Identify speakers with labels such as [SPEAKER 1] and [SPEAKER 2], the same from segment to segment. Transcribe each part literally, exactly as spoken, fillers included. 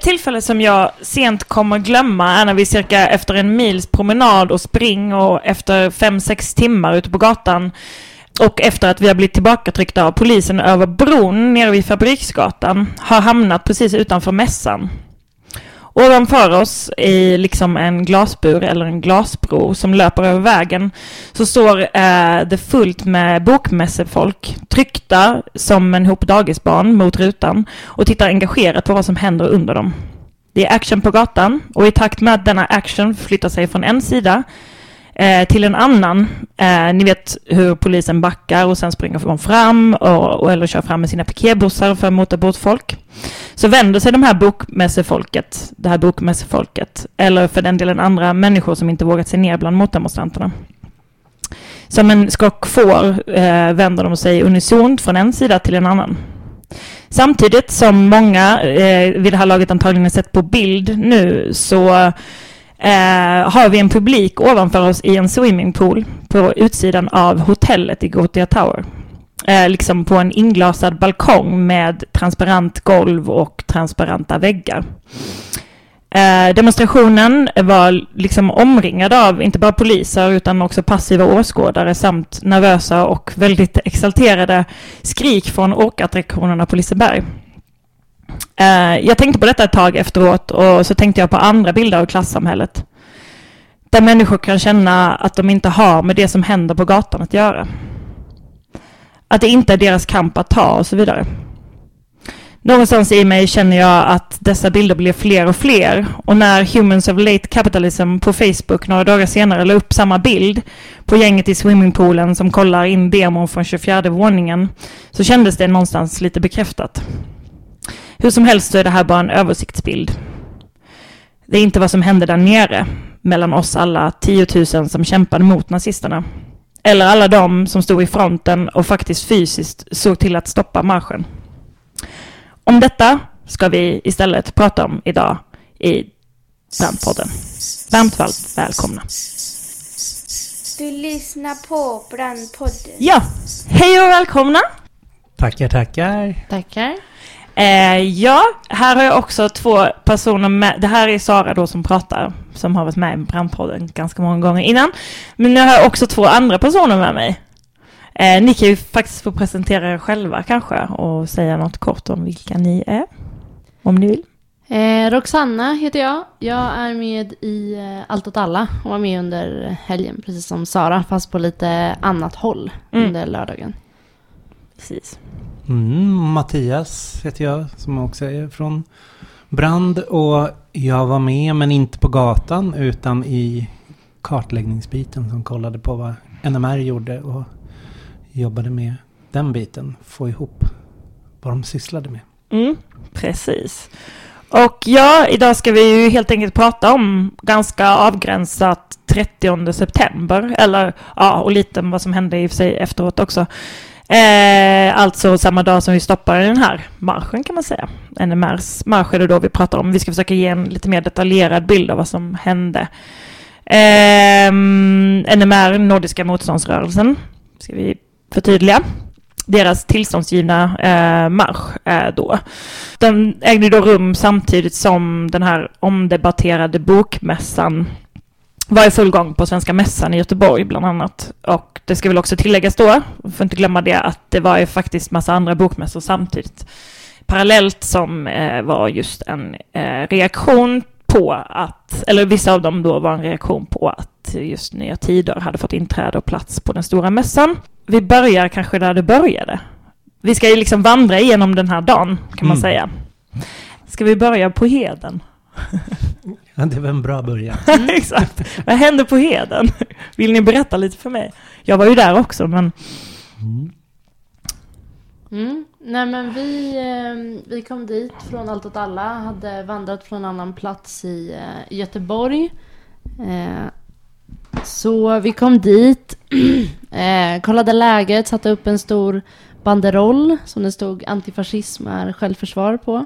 [SPEAKER 1] tillfälle som jag sent kommer glömma är när vi cirka efter en mils promenad och spring och efter fem sex timmar ute på gatan och efter att vi har blivit tillbakatryckta av polisen över bron nere vid Fabriksgatan har hamnat precis utanför mässan. Ovanför oss i liksom en glasbur eller en glasbro som löper över vägen så står eh, det fullt med bokmässefolk tryckta som en hop dagisbarn mot rutan och tittar engagerat på vad som händer under dem. Det är action på gatan och i takt med att denna action flyttar sig från en sida eh, till en annan. Eh, ni vet hur polisen backar och sen springer de fram och, och, eller kör fram med sina piketbussar för att mota bort folk. Så vänder sig de här bokmässefolket, det här bokmässefolket, eller för den delen andra människor som inte vågat sig ner bland motdemonstranterna. Som en skock får eh, vänder de sig unisont från en sida till en annan. Samtidigt som många eh, vid det här laget antagligen sett på bild nu så eh, har vi en publik ovanför oss i en swimmingpool på utsidan av hotellet i Gothia Tower. Eh, liksom på en inglasad balkong med transparent golv och transparenta väggar. Eh, demonstrationen var liksom omringad av inte bara poliser utan också passiva åskådare samt nervösa och väldigt exalterade skrik från åkattraktionerna på Liseberg. Eh, jag tänkte på detta ett tag efteråt och så tänkte jag på andra bilder av klassamhället. Där människor kan känna att de inte har med det som händer på gatan att göra. Att det inte är deras kamp att ta och så vidare. Någonstans i mig känner jag att dessa bilder blir fler och fler. Och när Humans of Late Capitalism på Facebook några dagar senare la upp samma bild på gänget i swimmingpoolen som kollar in demon från tjugofjärde våningen så kändes det någonstans lite bekräftat. Hur som helst så är det här bara en översiktsbild. Det är inte vad som hände där nere mellan oss alla tiotusen som kämpade mot nazisterna. Eller alla de som stod i fronten och faktiskt fysiskt såg till att stoppa marschen. Om detta ska vi istället prata om idag i Brandpodden. Varmt väl, välkomna.
[SPEAKER 2] Du lyssnar på Brandpodden.
[SPEAKER 1] Ja, hej och välkomna.
[SPEAKER 3] Tackar, tackar.
[SPEAKER 4] Tackar.
[SPEAKER 1] Eh, ja, här har jag också två personer med. Det här är Sara då som pratar, som har varit med i Brandpodden ganska många gånger innan. Men nu har jag också två andra personer med mig. Eh, ni kan ju faktiskt få presentera er själva kanske och säga något kort om vilka ni är, om ni vill.
[SPEAKER 4] Eh, Roxanna heter jag. Jag är med i eh, Allt åt alla och var med under helgen, precis som Sara, fast på lite annat håll mm. under lördagen.
[SPEAKER 1] Precis.
[SPEAKER 3] Mm, Mattias heter jag, som också är från Brand, och jag var med men inte på gatan utan i kartläggningsbiten som kollade på vad N M R gjorde och jobbade med den biten, få ihop vad de sysslade med.
[SPEAKER 1] Mm, precis. Och ja, idag ska vi ju helt enkelt prata om ganska avgränsat trettionde september, eller ja, och lite om vad som hände i och för sig efteråt också. Eh, alltså samma dag som vi stoppar den här marschen kan man säga. N M R:s marsch är det då vi pratar om. Vi ska försöka ge en lite mer detaljerad bild av vad som hände. Eh, N M R, Nordiska motståndsrörelsen, ska vi förtydliga. Deras tillståndsgivna eh, marsch eh, då. Den ägde då rum samtidigt som den här omdebatterade bokmässan var i full gång på Svenska mässan i Göteborg bland annat. Och det ska väl också tilläggas då, får inte glömma det, att det var ju faktiskt massa andra bokmässor samtidigt. Parallellt som eh, var just en eh, reaktion på att, eller vissa av dem då var en reaktion på att just Nya Tider hade fått inträde och plats på den stora mässan. Vi börjar kanske där det började. Vi ska ju liksom vandra igenom den här dagen kan man mm. säga. Ska vi börja på Heden?
[SPEAKER 3] Ja, det var en bra början.
[SPEAKER 1] Mm. Exakt. Vad hände på Heden? Vill ni berätta lite för mig? Jag var ju där också, men...
[SPEAKER 4] Mm. Mm. Nej, men vi, vi kom dit från Allt åt alla. Hade vandrat från en annan plats i Göteborg. Så vi kom dit. Kollade läget. Satte upp en stor banderoll som det stod antifascism är självförsvar på.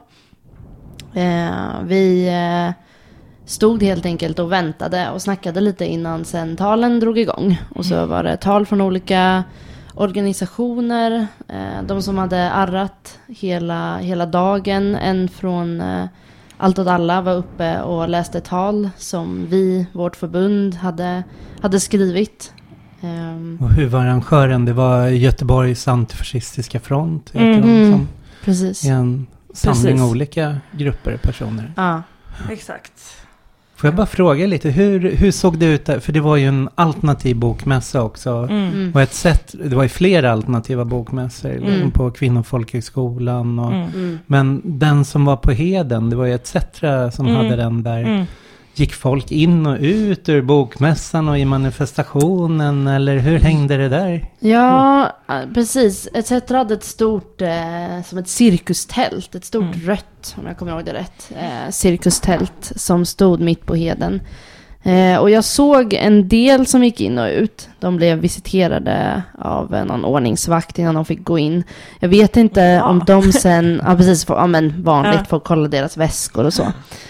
[SPEAKER 4] Vi... stod helt enkelt och väntade och snackade lite innan sen talen drog igång. Och så var det tal från olika organisationer. Eh, de som hade arrat hela, hela dagen. En från eh, Allt åt alla var uppe och läste tal som vi, vårt förbund, hade, hade skrivit. Um,
[SPEAKER 3] och huvudarrangören, det var Göteborgs antifascistiska front.
[SPEAKER 1] Mm.
[SPEAKER 3] Mm. Som
[SPEAKER 4] precis.
[SPEAKER 3] är en samling
[SPEAKER 1] Precis.
[SPEAKER 3] olika grupper personer.
[SPEAKER 4] Ja.
[SPEAKER 1] Exakt.
[SPEAKER 3] Får jag bara fråga lite, hur, hur såg det ut där? För det var ju en alternativ bokmässa också.
[SPEAKER 1] Mm.
[SPEAKER 4] Mm.
[SPEAKER 3] Och ett sätt, det var ju flera alternativa bokmässor
[SPEAKER 4] Mm.
[SPEAKER 3] på Kvinnofolkhögskolan. Och,
[SPEAKER 1] Mm.
[SPEAKER 4] Mm.
[SPEAKER 3] Men den som var på Heden, det var ju et cetera som
[SPEAKER 1] Mm.
[SPEAKER 3] hade den där.
[SPEAKER 1] Mm.
[SPEAKER 3] Gick folk in och ut ur bokmässan och i manifestationen? Eller hur hängde det där?
[SPEAKER 4] Ja, precis. et cetera hade ett stort, eh, som ett cirkustält, ett stort
[SPEAKER 1] Mm.
[SPEAKER 4] rött, om jag kommer ihåg det rätt, eh, cirkustält som stod mitt på Heden. Eh, och jag såg en del som gick in och ut. De blev visiterade av någon ordningsvakt innan de fick gå in. Jag vet inte
[SPEAKER 1] Ja.
[SPEAKER 4] om de sen, ja precis, för, ja, men vanligt,
[SPEAKER 1] Ja.
[SPEAKER 4] folk kolla deras väskor och så.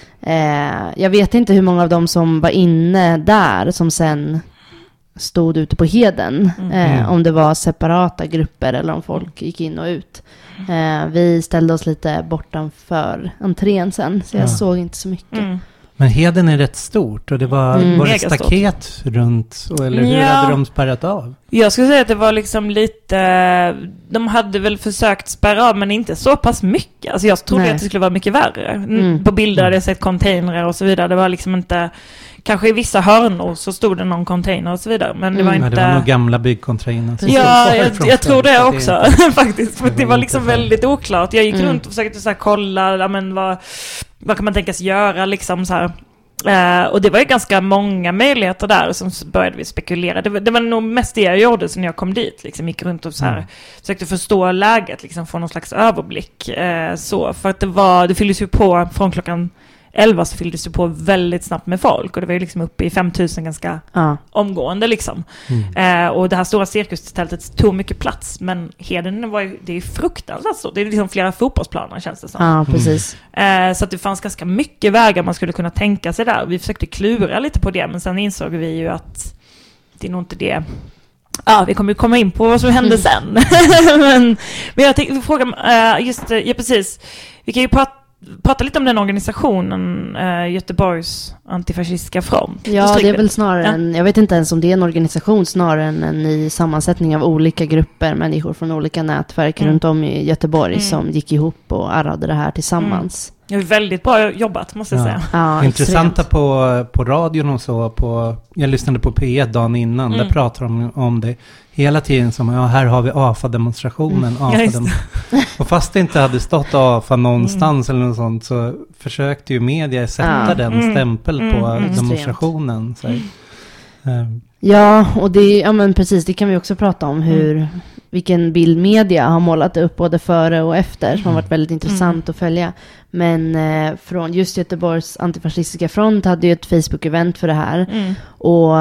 [SPEAKER 4] Eh, jag vet inte hur många av dem som var inne där som sen stod ute på Heden.
[SPEAKER 1] Mm.
[SPEAKER 4] Eh, om det var separata grupper eller om folk gick in och ut. Eh, vi ställde oss lite bortanför entrén sen, så jag
[SPEAKER 3] Ja.
[SPEAKER 4] såg inte så mycket.
[SPEAKER 1] Mm.
[SPEAKER 3] Men Heden är rätt stort och det var,
[SPEAKER 4] Mm.
[SPEAKER 3] var det
[SPEAKER 1] Megastort.
[SPEAKER 3] staket runt, och- eller hur
[SPEAKER 1] Ja.
[SPEAKER 3] hade de spärrat av?
[SPEAKER 1] Jag skulle säga att det var liksom lite... De hade väl försökt spärra av, men inte så pass mycket. Alltså jag trodde
[SPEAKER 4] Nej.
[SPEAKER 1] att det skulle vara mycket värre.
[SPEAKER 4] Mm.
[SPEAKER 1] På bilder hade jag sett containrar och så vidare. Det var liksom inte... Kanske i vissa hörnor så stod det någon container och så vidare. Men det var
[SPEAKER 4] Mm.
[SPEAKER 3] Ja,
[SPEAKER 1] inte...
[SPEAKER 3] det var nog gamla byggcontainern. som
[SPEAKER 1] Ja,
[SPEAKER 3] stod kvar
[SPEAKER 1] jag,
[SPEAKER 3] från
[SPEAKER 1] jag tror det
[SPEAKER 3] stället, så
[SPEAKER 1] också faktiskt. För
[SPEAKER 3] det
[SPEAKER 1] det
[SPEAKER 3] var
[SPEAKER 1] var
[SPEAKER 3] inte
[SPEAKER 1] liksom
[SPEAKER 3] så-
[SPEAKER 1] väldigt oklart. Jag gick
[SPEAKER 4] Mm.
[SPEAKER 1] runt och försökte så här kolla, ja, men vad, vad kan man tänkas göra liksom så här. Eh, och det var ju ganska många möjligheter där som s- började vi spekulera. Det var, det var nog mest det jag gjorde sen jag kom dit. Liksom, gick runt och så här,
[SPEAKER 3] Mm.
[SPEAKER 1] försökte förstå läget, liksom, få någon slags överblick. Eh, så, för att det var, det fylldes ju på från klockan elva så fylldes det på väldigt snabbt med folk. Och det var ju liksom uppe i fem tusen ganska
[SPEAKER 4] Ja.
[SPEAKER 1] omgående liksom.
[SPEAKER 3] Mm.
[SPEAKER 1] Eh, och det här stora cirkustältet tog mycket plats, men Heden var ju, det är ju fruktansvärt så. Det är liksom flera fotbollsplaner känns det som.
[SPEAKER 4] Ja, precis.
[SPEAKER 1] Eh, så att det fanns ganska mycket vägar man skulle kunna tänka sig där. Vi försökte klura lite på det, men sen insåg vi ju att det är nog inte det. Ja, vi kommer ju komma in på vad som hände sen. men, men jag tänkte fråga, eh, just, ja precis, vi kan ju prata prata lite om den organisationen, eh, Göteborgs antifascistiska front.
[SPEAKER 4] Ja,
[SPEAKER 1] Just
[SPEAKER 4] det är
[SPEAKER 1] lite.
[SPEAKER 4] väl snarare
[SPEAKER 1] Ja.
[SPEAKER 4] en, jag vet inte ens om det är en organisation, snarare än en ny sammansättning av olika grupper, människor från olika nätverk
[SPEAKER 1] Mm.
[SPEAKER 4] runt om i Göteborg
[SPEAKER 1] Mm.
[SPEAKER 4] som gick ihop och arrade det här tillsammans.
[SPEAKER 1] Det är väldigt bra jobbat, måste jag
[SPEAKER 3] Ja.
[SPEAKER 1] säga.
[SPEAKER 4] Ja,
[SPEAKER 3] Intressanta
[SPEAKER 4] extremt.
[SPEAKER 3] på, på radion och så. På, jag lyssnade på P ett dagen innan.
[SPEAKER 1] Mm.
[SPEAKER 3] Där pratar de om det hela tiden. Som, ja, här har vi A F A-demonstrationen.
[SPEAKER 1] Ja,
[SPEAKER 3] A F A
[SPEAKER 1] just
[SPEAKER 3] dem- och fast det inte hade stått A F A någonstans
[SPEAKER 1] Mm.
[SPEAKER 3] eller något sånt, så försökte ju media sätta
[SPEAKER 4] Ja.
[SPEAKER 3] den
[SPEAKER 1] Mm.
[SPEAKER 3] stämpel
[SPEAKER 1] Mm.
[SPEAKER 3] på
[SPEAKER 1] Mm.
[SPEAKER 3] demonstrationen. Så, här. Ehm,
[SPEAKER 4] Ja, och det, ja men precis, det kan vi också prata om hur, vilken bild media har målat upp både före och efter, som har varit väldigt intressant att följa. Men eh, från just Göteborgs antifascistiska front hade ju ett Facebook-event för det här.
[SPEAKER 1] Mm.
[SPEAKER 4] Och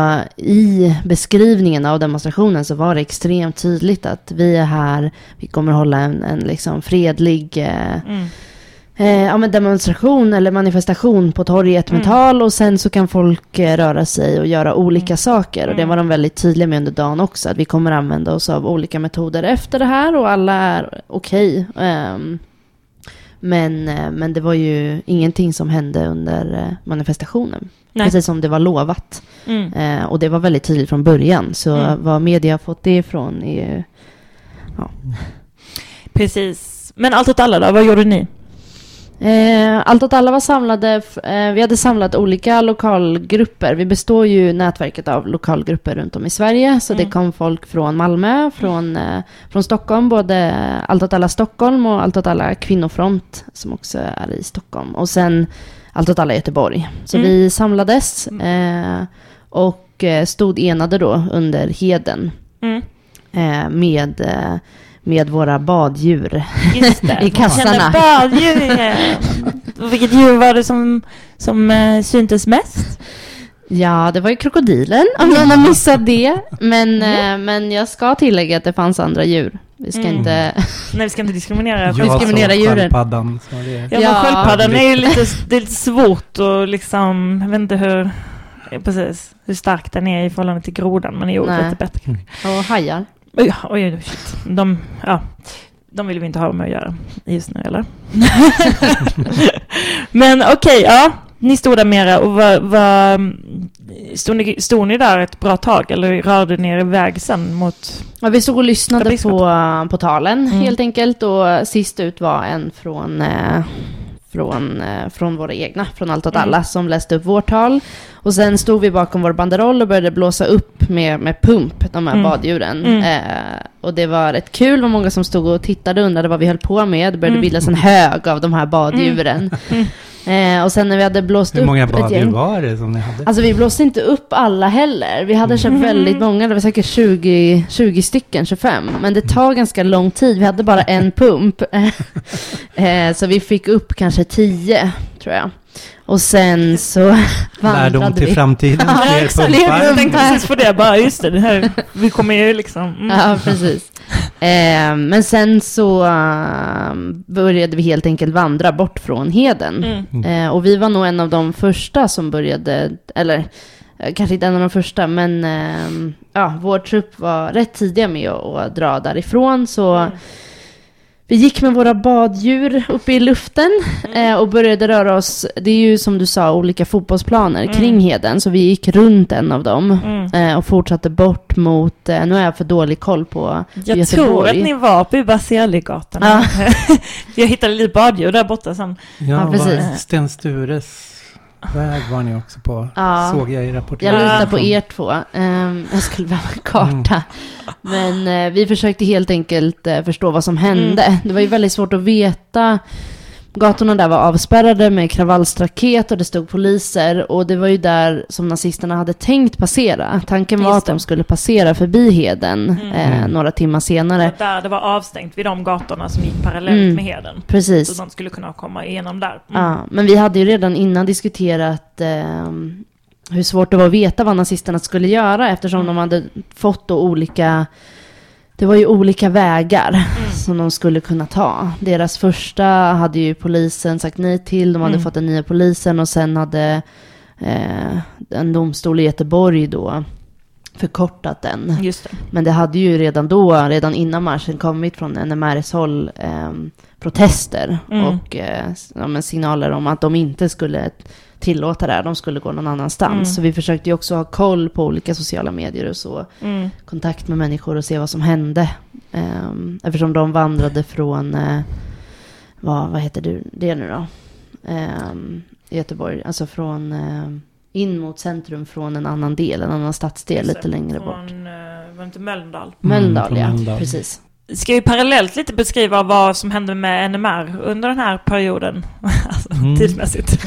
[SPEAKER 4] i beskrivningen av demonstrationen så var det extremt tydligt att vi är här, vi kommer hålla en, en liksom fredlig eh,
[SPEAKER 1] Mm.
[SPEAKER 4] eh, ja, men demonstration eller manifestation på torget med
[SPEAKER 1] Mm.
[SPEAKER 4] tal, och sen så kan folk eh, röra sig och göra olika
[SPEAKER 1] Mm.
[SPEAKER 4] saker. Och det
[SPEAKER 1] Mm.
[SPEAKER 4] var de väldigt tydliga med under dagen också, att vi kommer använda oss av olika metoder efter det här och alla är okej. Ehm, men, eh, men det var ju ingenting som hände under eh, manifestationen.
[SPEAKER 1] Nej.
[SPEAKER 4] Precis som det var lovat.
[SPEAKER 1] Mm.
[SPEAKER 4] Eh, och det var väldigt tydligt från början. Så
[SPEAKER 1] Mm.
[SPEAKER 4] vad media har fått det ifrån är ju...
[SPEAKER 1] Precis. Men allt åt alla då, vad gjorde ni?
[SPEAKER 4] Eh, allt åt alla var samlade, f- eh, vi hade samlat olika lokalgrupper. Vi består ju nätverket av lokalgrupper runt om i Sverige. Så
[SPEAKER 1] Mm.
[SPEAKER 4] det kom folk från Malmö, från, eh, från Stockholm, både Allt åt alla Stockholm och Allt åt alla Kvinnofront som också är i Stockholm. Och sen Allt åt alla Göteborg. Så
[SPEAKER 1] Mm.
[SPEAKER 4] vi samlades eh, och eh, stod enade då under Heden
[SPEAKER 1] Mm.
[SPEAKER 4] eh, med... Eh, med våra baddjur.
[SPEAKER 1] Just det.
[SPEAKER 4] I kassarna.
[SPEAKER 1] Jag kände baddjur. eh, och vilket djur var det som, som eh, syntes mest?
[SPEAKER 4] Ja, det var ju krokodilen, om någon har missat det. Men, eh, men jag ska tillägga att det fanns andra djur. Vi ska
[SPEAKER 1] Mm.
[SPEAKER 4] inte...
[SPEAKER 1] Nej, vi ska inte diskriminera.
[SPEAKER 3] jag
[SPEAKER 4] diskriminera
[SPEAKER 3] såg
[SPEAKER 4] djuren.
[SPEAKER 3] sköldpaddan, så det,
[SPEAKER 1] Ja, men
[SPEAKER 4] Ja.
[SPEAKER 1] sköldpaddan är ju lite, det är lite svårt och liksom, jag vet inte hur, ja, precis, hur stark den är i förhållande till grodan, men är ju
[SPEAKER 4] Nej.
[SPEAKER 1] lite bättre.
[SPEAKER 3] Mm.
[SPEAKER 4] Och hajar.
[SPEAKER 1] Oj, oj, oj, shit. De, ja. de vill vi inte ha med att göra just nu, eller? Men okej, okay, ja. Ni stod där mera och var, var, stod, ni, stod ni där ett bra tag eller rörde ni er iväg sen mot...
[SPEAKER 4] Ja, vi stod och lyssnade på, på talen mm. helt enkelt, och sist ut var en från, eh, från, eh, från våra egna, från Allt åt alla, mm. som läste upp vårt tal. Och sen stod vi bakom vår banderoll och började blåsa upp med, med pump, de här mm. baddjuren. Mm. Eh, och det var rätt kul, det var många som stod och tittade och undrade vad vi höll på med. Det började mm. bildas en hög av de här baddjuren. Mm. Eh, och sen när vi hade blåst upp...
[SPEAKER 3] Hur många baddjur var det som ni hade?
[SPEAKER 4] Alltså vi blåste inte upp alla heller. Vi hade köpt mm. väldigt många, det var säkert tjugo, tjugo stycken, tjugofem. Men det tar ganska lång tid, vi hade bara en pump. eh, så vi fick upp kanske tio, tror jag. Och sen så vandrade
[SPEAKER 3] Lärdom till
[SPEAKER 4] vi.
[SPEAKER 3] framtiden.
[SPEAKER 4] Ja,
[SPEAKER 1] jag tänkte precis på det. Bara, just det, det här, vi kommer ju liksom... Mm.
[SPEAKER 4] Ja, precis. Eh, men sen så uh, började vi helt enkelt vandra bort från Heden. Mm. Eh, och vi var nog en av de första som började... Eller eh, kanske inte en av de första, men eh, ja, vår trupp var rätt tidiga med att, att dra därifrån. Så... Mm. Vi gick med våra baddjur uppe i luften mm. eh, och började röra oss. Det är ju som du sa olika fotbollsplaner mm. kring Heden. Så vi gick runt en av dem mm. eh, och fortsatte bort mot, eh, nu är jag för dålig koll på
[SPEAKER 1] jag
[SPEAKER 4] Göteborg.
[SPEAKER 1] Tror att ni var på Baseligatan. Ja. Jag hittade lite baddjur där borta sen.
[SPEAKER 3] Ja, ja precis. Sten Stures väg var ni också på, ja. Såg jag i rapporten.
[SPEAKER 4] Jag litar på er två. Um, jag skulle behöva en karta. Mm. Men uh, vi försökte helt enkelt uh, förstå vad som hände. Mm. Det var ju väldigt svårt att veta. Gatorna där var avspärrade med kravallstaket och det stod poliser. Och det var ju där som nazisterna hade tänkt passera. Tanken var att de skulle passera förbi Heden mm. eh, några timmar senare.
[SPEAKER 1] Så där det var avstängt vid de gatorna som gick parallellt mm. med Heden.
[SPEAKER 4] Precis.
[SPEAKER 1] Så de skulle kunna komma igenom där.
[SPEAKER 4] Mm. Ja, men vi hade ju redan innan diskuterat eh, hur svårt det var att veta vad nazisterna skulle göra. Eftersom mm. de hade fått då olika... Det var ju olika vägar mm. som de skulle kunna ta. Deras första hade ju polisen sagt nej till. De hade mm. fått den nya polisen och sen hade eh, en domstol i Göteborg då förkortat den.
[SPEAKER 1] Just det.
[SPEAKER 4] Men det hade ju redan då, redan innan marschen kommit från N M R:s håll eh, protester mm. och eh, ja, men signaler om att de inte skulle tillåta det här. De skulle gå någon annanstans. Mm. Så vi försökte ju också ha koll på olika sociala medier och så. Mm. Kontakt med människor och se vad som hände. Um, eftersom de vandrade från uh, vad, vad heter det, det nu då? Um, Göteborg. Alltså från uh, in mot centrum från en annan del. En annan stadsdel lite längre
[SPEAKER 1] från,
[SPEAKER 4] bort.
[SPEAKER 1] Uh, var inte Mölndal?
[SPEAKER 4] Mölndal,
[SPEAKER 3] mm,
[SPEAKER 4] ja.
[SPEAKER 3] Mölndal.
[SPEAKER 4] Precis.
[SPEAKER 1] Ska vi parallellt lite beskriva vad som hände med N M R under den här perioden? Alltså mm. tidsmässigt.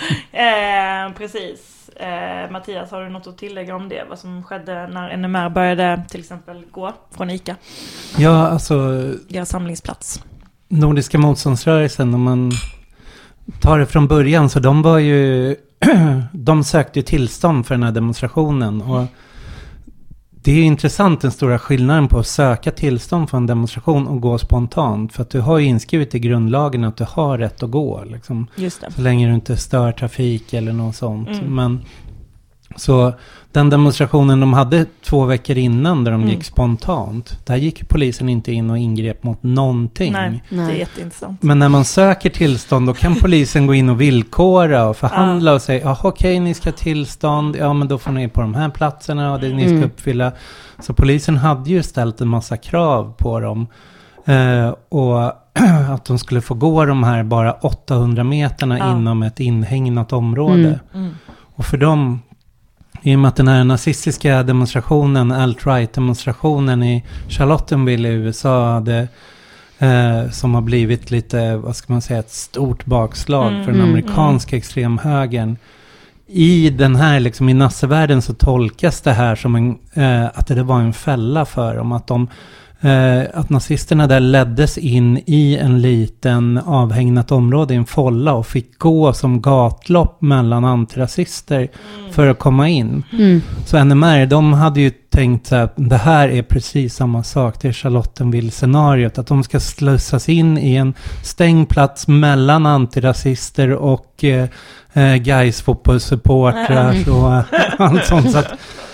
[SPEAKER 1] eh, precis. Eh, Mattias, har du något att tillägga om det? Vad som skedde när N M R började till exempel gå från ICA?
[SPEAKER 3] Ja, alltså...
[SPEAKER 1] Deras samlingsplats.
[SPEAKER 3] Nordiska motståndsrörelsen, om man tar det från början, så de var ju... de sökte ju tillstånd för den här demonstrationen och... Det är intressant den stora skillnaden på att söka tillstånd för en demonstration och gå spontant. För att du har ju inskrivet i grundlagen att du har rätt att gå. Liksom,
[SPEAKER 1] just det.
[SPEAKER 3] Så länge du inte stör trafik eller något sånt.
[SPEAKER 1] Mm.
[SPEAKER 3] Men, så den demonstrationen de hade två veckor innan där de mm. gick spontant. Där gick polisen inte in och ingrep mot någonting.
[SPEAKER 1] Nej, Nej. det är jätteintressant.
[SPEAKER 3] Men när man söker tillstånd då kan polisen gå in och villkora och förhandla ja. och säga ja okej okay, ni ska ha tillstånd, ja men då får ni på de här platserna och det mm. ni ska uppfylla. Så polisen hade ju ställt en massa krav på dem eh, och att de skulle få gå de här bara åttahundra meterna ja. inom ett inhägnat område.
[SPEAKER 1] Mm. Mm.
[SPEAKER 3] Och för dem, i och med att den här nazistiska demonstrationen, alt-right-demonstrationen i Charlottesville i U S A hade, eh, som har blivit lite, vad ska man säga, ett stort bakslag mm, för den amerikanska mm. extremhögern. I den här, liksom i nassevärlden så tolkas det här som en, eh, att det var en fälla för dem. Att de Eh, att nazisterna där leddes in i en liten avhägnat område i en folla och fick gå som gatlopp mellan antirasister mm. för att komma in.
[SPEAKER 4] Mm.
[SPEAKER 3] Så N M R, de hade ju tänkt så här, det här är precis samma sak, det är Charlottenville-scenariot, att de ska slussas in i en stängd plats mellan antirasister och eh, eh, Gais fotbollssupportrar mm. och allt sånt. Så att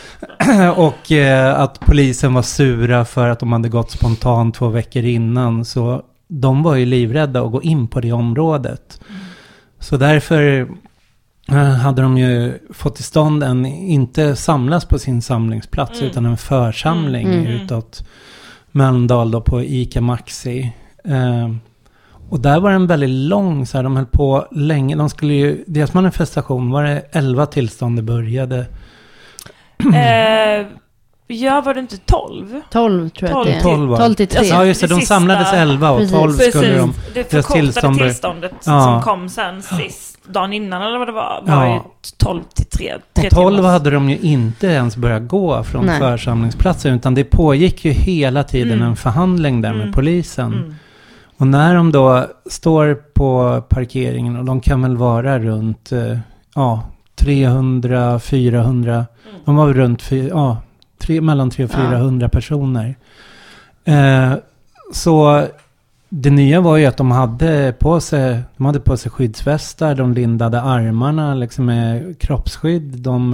[SPEAKER 3] och eh, att polisen var sura för att de hade gått spontant två veckor innan. Så de var ju livrädda att gå in på det området. Mm. Så därför eh, hade de ju fått till stånd en, inte samlas på sin samlingsplats mm. utan en församling mm. utåt Mölndal då på Ica Maxi. Eh, och där var det en väldigt lång, så här, de höll på länge. De skulle ju, deras manifestation var det elva tillstånd det började.
[SPEAKER 1] Eh, ja, var det inte tolv?
[SPEAKER 4] tolv tror jag
[SPEAKER 1] tolv,
[SPEAKER 4] det är.
[SPEAKER 3] tolv,
[SPEAKER 4] tolv till tre.
[SPEAKER 3] Ja, just det. De samlades elva och tolv
[SPEAKER 1] Precis.
[SPEAKER 3] skulle de...
[SPEAKER 1] Det förkortade
[SPEAKER 3] tillstånd
[SPEAKER 1] tillståndet
[SPEAKER 3] ja.
[SPEAKER 1] som kom sen sist, dagen innan eller vad det var, var
[SPEAKER 3] ja.
[SPEAKER 1] ju tolv till tre.
[SPEAKER 3] Och tolv hade de ju inte ens börjat gå från Nej. församlingsplatsen, utan det pågick ju hela tiden mm. en förhandling där mm. med polisen. Mm. Och när de då står på parkeringen, och de kan väl vara runt ja, trehundra fyrahundra, mm. de var runt ja, tre, mellan trehundra och fyrahundra ja. personer. Eh, så det nya var ju att de hade på sig, de hade på sig skyddsvästar, de lindade armarna liksom med kroppsskydd, de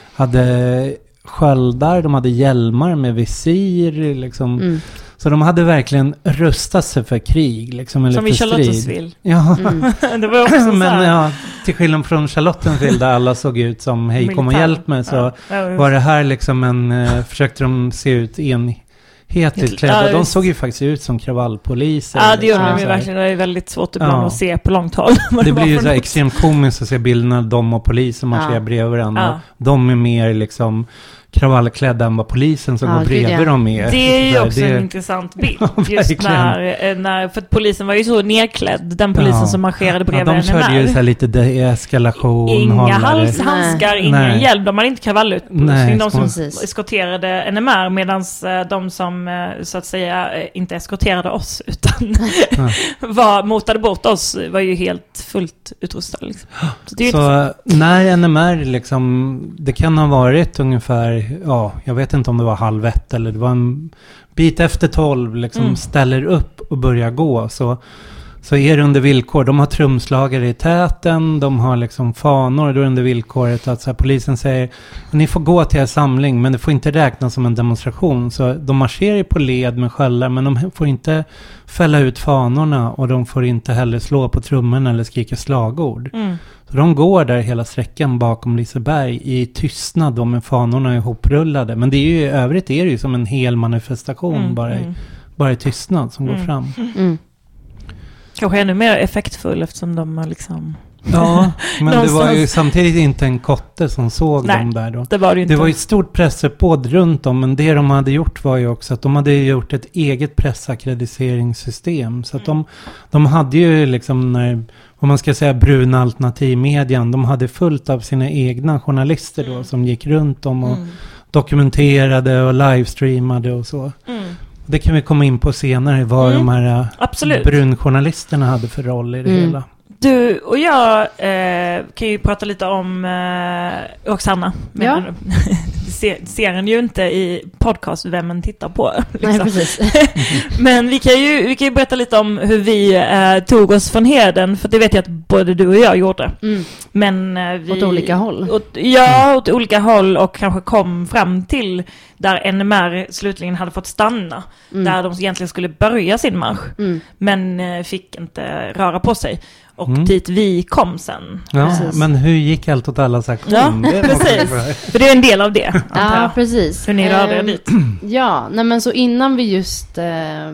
[SPEAKER 3] hade sköldar, de hade hjälmar med visir liksom. Mm. Så de hade verkligen rustat sig för krig liksom, eller
[SPEAKER 1] som
[SPEAKER 3] för
[SPEAKER 1] i
[SPEAKER 3] strid.
[SPEAKER 1] Charlottesville.
[SPEAKER 3] Ja.
[SPEAKER 1] Mm. Det var också
[SPEAKER 3] men ja, till skillnad från Charlottesville där alla såg ut som hej kom och hjälp mig, så ja. var det här liksom en uh, försökte de se ut enhetligt klädda. De såg ju faktiskt ut som kravallpoliser.
[SPEAKER 1] Ja, det gör
[SPEAKER 3] liksom,
[SPEAKER 1] de ju verkligen. Det är väldigt svårt ibland ja. att se på långt håll.
[SPEAKER 3] Det, det blir ju så här extremt komiskt att se bilderna de och polisen marscherar ja. bredvid varandra. Ja. De är mer liksom kravallklädda än vad polisen som ja, går bredvid det. dem är.
[SPEAKER 1] Det är ju också det... en intressant bild. Ja, just när, när, för att polisen var ju så nedklädd, den polisen ja. som marscherade bredvid
[SPEAKER 3] ja, de körde ju så här lite deeskalation.
[SPEAKER 1] Inga hals, handskar, ingen hjälm. De hade inte kravallutbildning. De som precis. eskorterade N M R, medan de som så att säga inte eskorterade oss utan ja. var, motade bort oss var ju helt fullt utrustade. Liksom. Så, det är så
[SPEAKER 3] när N M R liksom, det kan ha varit ungefär ja, jag vet inte om det var halv ett eller det var en bit efter tolv liksom mm. ställer upp och börjar gå, så, så är det under villkor. De har trumslagare i täten, de har liksom fanor, då är under villkoret att så här, polisen säger ni får gå till er samling, men det får inte räknas som en demonstration. Så de marscherar på led med sköldar, men de får inte fälla ut fanorna och de får inte heller slå på trummen eller skrika slagord. Mm. Så de går där hela sträckan bakom Liseberg i tystnad, de med fanorna ihoprullade. Men det är ju, i övrigt är det ju som en hel manifestation mm, bara, mm. I, bara i tystnad som mm. går fram. Mm.
[SPEAKER 1] Kanske ännu mer effektfull eftersom de har liksom...
[SPEAKER 3] Ja, men det var ju samtidigt inte en kotte som såg Nej, dem där då.
[SPEAKER 1] Det var det, inte.
[SPEAKER 3] Det var ju ett stort pressuppbåd runt om, men det de hade gjort var ju också att de hade gjort ett eget pressackrediteringssystem. Så att de, de hade ju liksom, när, om man ska säga bruna alternativmedian, de hade fullt av sina egna journalister då som gick runt om och mm. dokumenterade och livestreamade och så. Mm. Det kan vi komma in på senare, vad mm. de här Absolut. brunjournalisterna hade för roll i det mm. hela.
[SPEAKER 1] Du och jag eh, kan ju prata lite om eh, Roxanna.
[SPEAKER 4] Ja.
[SPEAKER 1] ser, ser en ju inte i podcast vem man tittar på. Liksom.
[SPEAKER 4] Nej, precis.
[SPEAKER 1] Men vi kan, ju, vi kan ju berätta lite om hur vi eh, tog oss från Heden. För det vet jag att både du och jag gjorde. Mm. Men, eh, vi,
[SPEAKER 4] åt olika håll.
[SPEAKER 1] Åt, ja, åt olika håll och kanske kom fram till där N M R slutligen hade fått stanna. Mm. Där de egentligen skulle börja sin marsch. Mm. Men eh, fick inte röra på sig. Och mm. dit vi kom sen.
[SPEAKER 3] Ja, men hur gick allt åt alla aktion?
[SPEAKER 1] Ja, det precis. För det är en del av det.
[SPEAKER 4] Ja, precis.
[SPEAKER 1] Hur ni rörde er dit.
[SPEAKER 4] Ja, nej men så innan vi just eh, eh,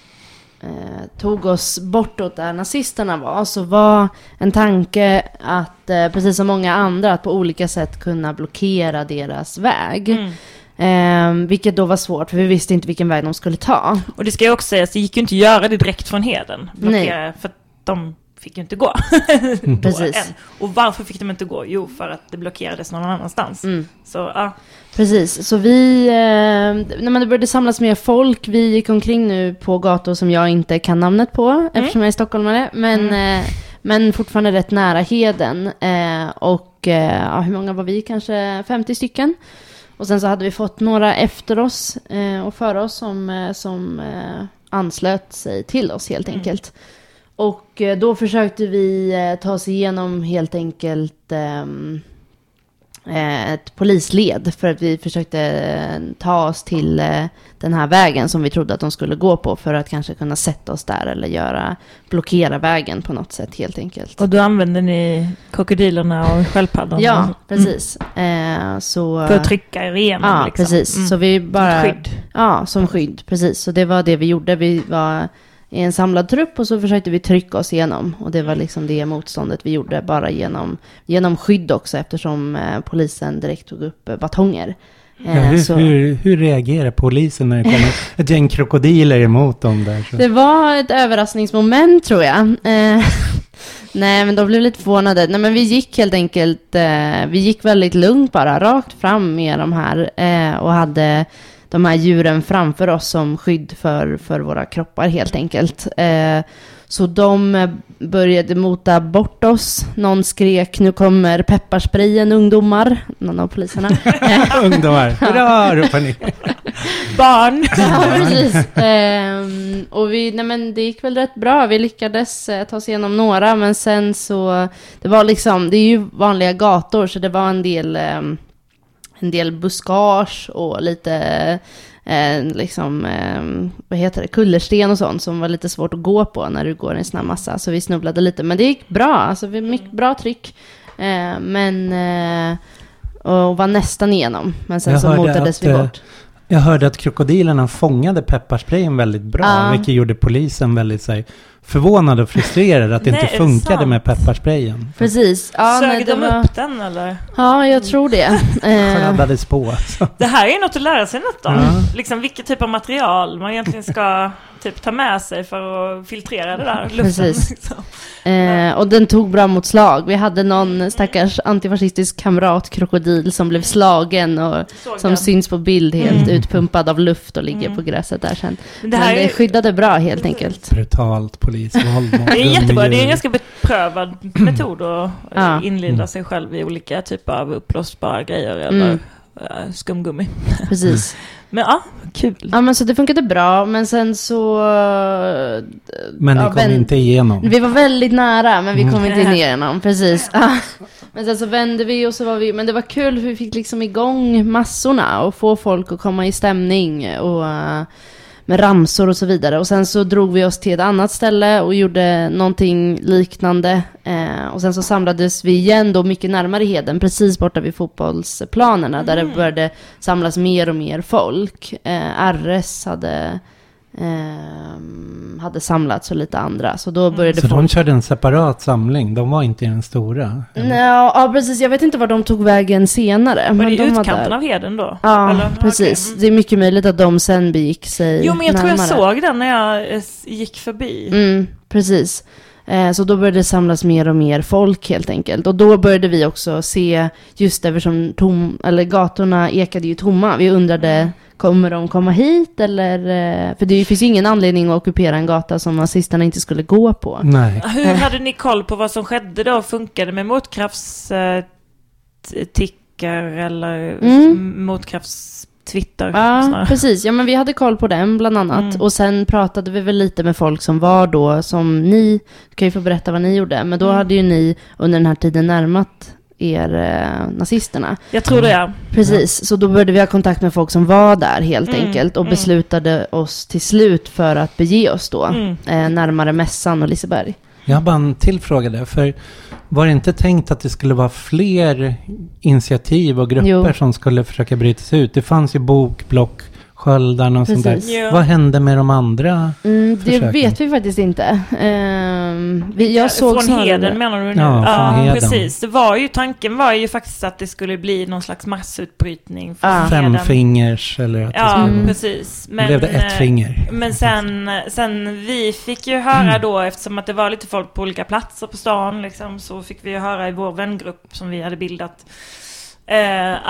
[SPEAKER 4] tog oss bortåt där nazisterna var, så var en tanke att, eh, precis som många andra, att på olika sätt kunna blockera deras väg. Mm. Eh, vilket då var svårt, för vi visste inte vilken väg de skulle ta.
[SPEAKER 1] Och det ska jag också säga, så det gick ju inte att göra det direkt från Heden. Blockera, Nej. För att de fick ju inte gå.
[SPEAKER 4] Precis.
[SPEAKER 1] Än. Och varför fick de inte gå? Jo, för att det blockerades någon annanstans. Mm. Så, ja.
[SPEAKER 4] Precis, så vi, eh, när det började samlas mer folk, vi gick omkring nu på gator som jag inte kan namnet på, mm. eftersom jag är stockholmare, men, mm. eh, men fortfarande rätt nära Heden. Eh, och eh, ja, hur många var vi? Kanske femtio stycken. Och sen så hade vi fått några efter oss eh, och före oss som, eh, som eh, anslöt sig till oss helt mm. enkelt. Och då försökte vi ta oss igenom helt enkelt eh, ett polisled för att vi försökte ta oss till den här vägen som vi trodde att de skulle gå på för att kanske kunna sätta oss där eller göra, blockera vägen på något sätt helt enkelt.
[SPEAKER 1] Och då använde ni krokodilerna och sköldpaddan?
[SPEAKER 4] Ja, precis. Mm. Eh, så,
[SPEAKER 1] för att trycka er igenom?
[SPEAKER 4] Ja,
[SPEAKER 1] liksom.
[SPEAKER 4] precis.
[SPEAKER 1] Mm.
[SPEAKER 4] Så vi bara,
[SPEAKER 1] som skydd?
[SPEAKER 4] Ja, som skydd, precis. Så det var det vi gjorde. Vi var i en samlad trupp och så försökte vi trycka oss igenom. Och det var liksom det motståndet vi gjorde bara genom, genom skydd också eftersom eh, polisen direkt tog upp eh, batonger.
[SPEAKER 3] Ja, hur, så. Hur, hur reagerar polisen när det kommer ett gäng krokodiler emot dem där? Så?
[SPEAKER 4] Det var ett överraskningsmoment tror jag. Eh, nej, men de blev lite förvånade. Nej, men vi gick helt enkelt, eh, vi gick väldigt lugnt bara, rakt fram med de här eh, och hade de här djuren framför oss som skydd för, för våra kroppar helt enkelt. Eh, så de började mota bort oss. Någon skrek, nu kommer pepparsprayen ungdomar. Någon av poliserna.
[SPEAKER 3] Ungdomar, hurra, ropar ni.
[SPEAKER 1] Barn.
[SPEAKER 4] Ja, precis. Ehm, och vi, nej men det gick väl rätt bra. Vi lyckades eh, ta oss igenom några. Men sen så, det var liksom, det är ju vanliga gator. Så det var en del, eh, en del buskage och lite... Eh, liksom, eh, vad heter det, kullersten och sånt som var lite svårt att gå på när du går i en snabb massa. Så vi snubblade lite, men det gick bra. Alltså vi mycket bra tryck. Eh, men eh, och var nästan igenom. Men sen
[SPEAKER 3] jag
[SPEAKER 4] så motades
[SPEAKER 3] att,
[SPEAKER 4] vi bort.
[SPEAKER 3] Jag hörde att krokodilerna fångade pepparsprayen väldigt bra,
[SPEAKER 4] ah.
[SPEAKER 3] vilket gjorde polisen väldigt så här, förvånad och frustrerad att det
[SPEAKER 1] nej,
[SPEAKER 3] inte funkade med pepparsprayen.
[SPEAKER 4] Precis. Ja,
[SPEAKER 1] sög
[SPEAKER 4] nej,
[SPEAKER 1] de
[SPEAKER 4] var...
[SPEAKER 1] upp den eller?
[SPEAKER 4] Ja, jag tror det.
[SPEAKER 3] Skördades på. Så.
[SPEAKER 1] Det här är ju något att lära sig något om.
[SPEAKER 3] Mm.
[SPEAKER 1] Liksom vilket typ av material man egentligen ska typ ta med sig för att filtrera det där luften.
[SPEAKER 4] Precis.
[SPEAKER 1] Liksom.
[SPEAKER 4] Eh, och den tog bra mot slag. Vi hade någon stackars antifascistisk kamrat krokodil som blev slagen och
[SPEAKER 1] Såg
[SPEAKER 4] som
[SPEAKER 1] den.
[SPEAKER 4] syns på bild helt
[SPEAKER 1] Mm.
[SPEAKER 4] utpumpad av luft och ligger
[SPEAKER 1] Mm.
[SPEAKER 4] på gräset där sen.
[SPEAKER 1] Men det
[SPEAKER 4] Men
[SPEAKER 1] här
[SPEAKER 4] det
[SPEAKER 1] är,
[SPEAKER 4] skyddade bra helt enkelt.
[SPEAKER 3] Brutalt polisvåld.
[SPEAKER 1] det är jättebra. Det är en ganska beprövad metod att
[SPEAKER 4] Ja.
[SPEAKER 1] inleda sig själv i olika typer av uppblåsbara grejer eller
[SPEAKER 4] Mm.
[SPEAKER 1] uh, skumgummi.
[SPEAKER 4] Precis.
[SPEAKER 1] Men ja, kul.
[SPEAKER 4] Ja, men så det funkade bra. Men sen så...
[SPEAKER 3] Men ni
[SPEAKER 4] ja,
[SPEAKER 3] kom
[SPEAKER 4] vän-
[SPEAKER 3] inte igenom.
[SPEAKER 4] Vi var väldigt nära, men vi kom
[SPEAKER 1] Mm.
[SPEAKER 4] inte in igenom. Precis. Ja. Men sen så vände vi och så var vi... Men det var kul för vi fick liksom igång massorna och få folk att komma i stämning och... Uh, med ramsor och så vidare. Och sen så drog vi oss till ett annat ställe och gjorde någonting liknande. Eh, och sen så samlades vi igen då mycket närmare Heden, precis borta vid fotbollsplanerna, mm. där det började samlas mer och mer folk. Eh, R S hade, eh, hade samlats och lite andra. Så då började
[SPEAKER 3] Så
[SPEAKER 4] folk...
[SPEAKER 3] de körde en separat samling? De var inte i den stora?
[SPEAKER 4] Nej, ja, precis. Jag vet inte var de tog vägen senare.
[SPEAKER 1] Var
[SPEAKER 4] men
[SPEAKER 1] det i
[SPEAKER 4] de
[SPEAKER 1] utkanten
[SPEAKER 4] där.
[SPEAKER 1] av Heden då?
[SPEAKER 4] Ja,
[SPEAKER 1] eller?
[SPEAKER 4] precis.
[SPEAKER 1] Okay.
[SPEAKER 4] Det är mycket möjligt att de sen begick sig
[SPEAKER 1] Jo, men jag
[SPEAKER 4] närmare.
[SPEAKER 1] tror jag såg den när jag eh, gick förbi.
[SPEAKER 4] Mm, precis. Eh, så då började det samlas mer och mer folk helt enkelt. Och då började vi också se, just eftersom tom, eller gatorna ekade ju tomma. Vi undrade, kommer de komma hit? Eller, eh, för det finns ju ingen anledning att ockupera en gata som nazisterna inte skulle gå på.
[SPEAKER 3] Nej.
[SPEAKER 1] Hur hade ni koll på vad som skedde då? Funkade med motkraftstickar eller
[SPEAKER 4] Mm.
[SPEAKER 1] motkraftstwitter?
[SPEAKER 4] Ja, precis. Ja, men vi hade koll på den bland annat.
[SPEAKER 1] Mm.
[SPEAKER 4] Och sen pratade vi väl lite med folk som var då, som ni, du kan ju få berätta vad ni gjorde. Men då
[SPEAKER 1] Mm.
[SPEAKER 4] hade ju ni under den här tiden närmat er eh, nazisterna.
[SPEAKER 1] Jag tror det, ja.
[SPEAKER 4] Precis, så då började vi ha kontakt med folk som var där helt
[SPEAKER 1] Mm,
[SPEAKER 4] enkelt. Och
[SPEAKER 1] mm.
[SPEAKER 4] beslutade oss till slut för att bege oss då
[SPEAKER 1] Mm.
[SPEAKER 4] eh, närmare Mässan och Liseberg.
[SPEAKER 3] Jag har bara en till fråga där. För var det inte tänkt att det skulle vara fler initiativ och grupper
[SPEAKER 4] Jo.
[SPEAKER 3] som skulle försöka bryta sig ut? Det fanns ju bokblock, sköldarna och sånt där.
[SPEAKER 4] Precis.
[SPEAKER 1] Ja.
[SPEAKER 3] Vad hände med de andra?
[SPEAKER 4] Mm, det
[SPEAKER 3] Försöken.
[SPEAKER 4] vet vi faktiskt inte. Ehm, vi, jag såg
[SPEAKER 1] Från
[SPEAKER 4] snarare-
[SPEAKER 1] Heden menar du nu?
[SPEAKER 3] Ja, från Heden.
[SPEAKER 1] precis. Det var ju, tanken var ju faktiskt att det skulle bli någon slags massutbrytning från
[SPEAKER 4] Ja.
[SPEAKER 1] Heden.
[SPEAKER 3] Fem fingers eller att det
[SPEAKER 1] Ja,
[SPEAKER 3] skulle
[SPEAKER 4] Mm.
[SPEAKER 1] precis.
[SPEAKER 3] men, blev det ett
[SPEAKER 1] eh,
[SPEAKER 3] finger.
[SPEAKER 1] Men sen, sen vi fick ju höra då, eftersom att det var lite folk på olika platser på stan liksom, så fick vi ju höra i vår vängrupp som vi hade bildat eh, att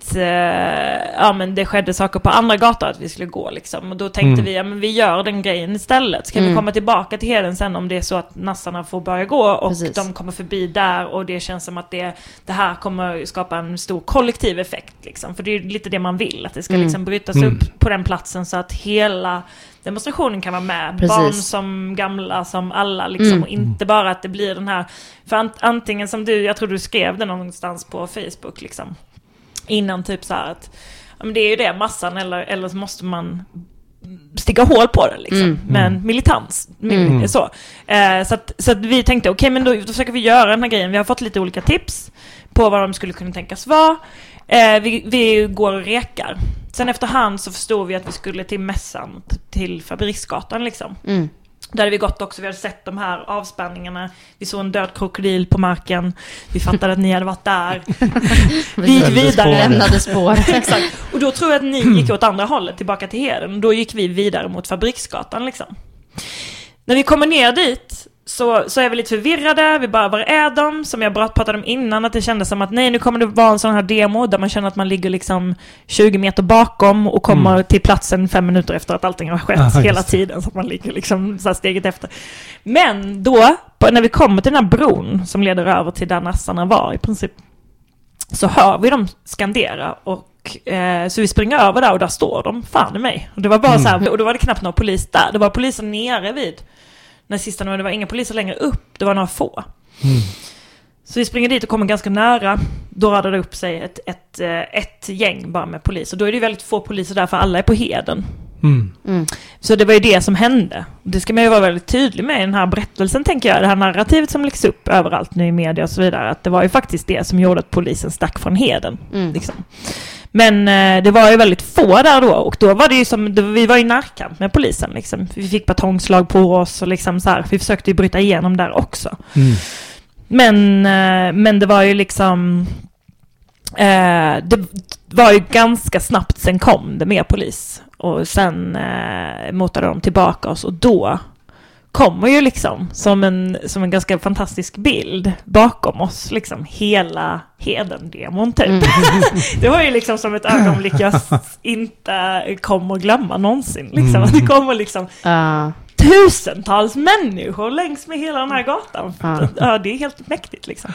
[SPEAKER 1] att eh, ja, men det skedde saker på andra gator att vi skulle gå liksom. Och då tänkte mm. vi, ja men vi gör den grejen istället. Ska mm. vi komma tillbaka till Heden sen om det är så att nassarna får börja gå och Precis. de kommer förbi där och det känns som att det, det här kommer skapa en stor kollektiv effekt liksom. För det är lite det man vill, att det ska mm. liksom brytas mm. upp på den platsen så att hela demonstrationen kan vara med. Precis. Barn som gamla som alla liksom mm. och inte bara att det blir den här, för ant- antingen som du, jag tror du skrev det någonstans på Facebook liksom innan typ så här att ja, men det är ju det massan eller, eller så måste man sticka hål på det liksom mm. med en militans mm. så. Eh, så, att, så att vi tänkte okej okay, men då, då försöker vi göra den här grejen. Vi har fått lite olika tips på vad de skulle kunna tänkas vara. Eh, vi, vi går och rekar. Sen efterhand så förstod vi att vi skulle till mässan till Fabriksgatan liksom. Mm. Där hade vi gått också, vi hade sett de här avspärrningarna. Vi såg en död krokodil på marken. Vi fattade att ni hade varit där. Vi gick vidare.
[SPEAKER 4] Lämnade spår.
[SPEAKER 1] Exakt. Och då tror jag att ni gick åt andra hållet tillbaka till Heden. Då gick vi vidare mot Fabriksgatan liksom. När vi kommer ner dit så, så är vi lite förvirrade. Vi bara, var är de? Som jag pratade om innan, att det kändes som att nej, nu kommer det vara en sån här demo där man känner att man ligger liksom tjugo meter bakom och kommer mm. till platsen fem minuter efter att allting har skett Aha, hela tiden. Så att man ligger liksom så här steget efter. Men då, när vi kommer till den här bron som leder över till där nassarna var i princip, så hör vi dem skandera och eh, så vi springer över där och där står de, fan i mig. Och det var bara mm. så här, och då var det knappt någon polis där. Det var poliser nere vid när sista nu, det var inga poliser längre upp, det var några få. Mm. Så vi springer dit och kommer ganska nära. Då radar det upp sig ett, ett, ett gäng bara med poliser. Då är det väldigt få poliser där för alla är på Heden. Mm. Mm. Så det var ju det som hände. Det ska man ju vara väldigt tydlig med i den här berättelsen, tänker jag. Det här narrativet som läggs upp överallt nu i media och så vidare. Att det var ju faktiskt det som gjorde att polisen stack från Heden. Mm. Liksom. Men eh, det var ju väldigt få där då. Och då var det ju som, det, vi var i närkamp med polisen liksom. Vi fick batongslag på oss och liksom så här. Vi försökte ju bryta igenom där också. Mm. Men, eh, men det var ju liksom eh, det var ju ganska snabbt sen kom det mer polis. Och sen eh, motade de tillbaka oss. Och då kommer ju liksom som en, som en ganska fantastisk bild bakom oss liksom hela Heden-demon typ. Mm. Det var ju liksom som ett ögonblick jag inte kommer glömma någonsin liksom. Mm. Det kommer liksom uh. tusentals människor längs med hela den här gatan. Uh. Ja, det är helt mäktigt liksom.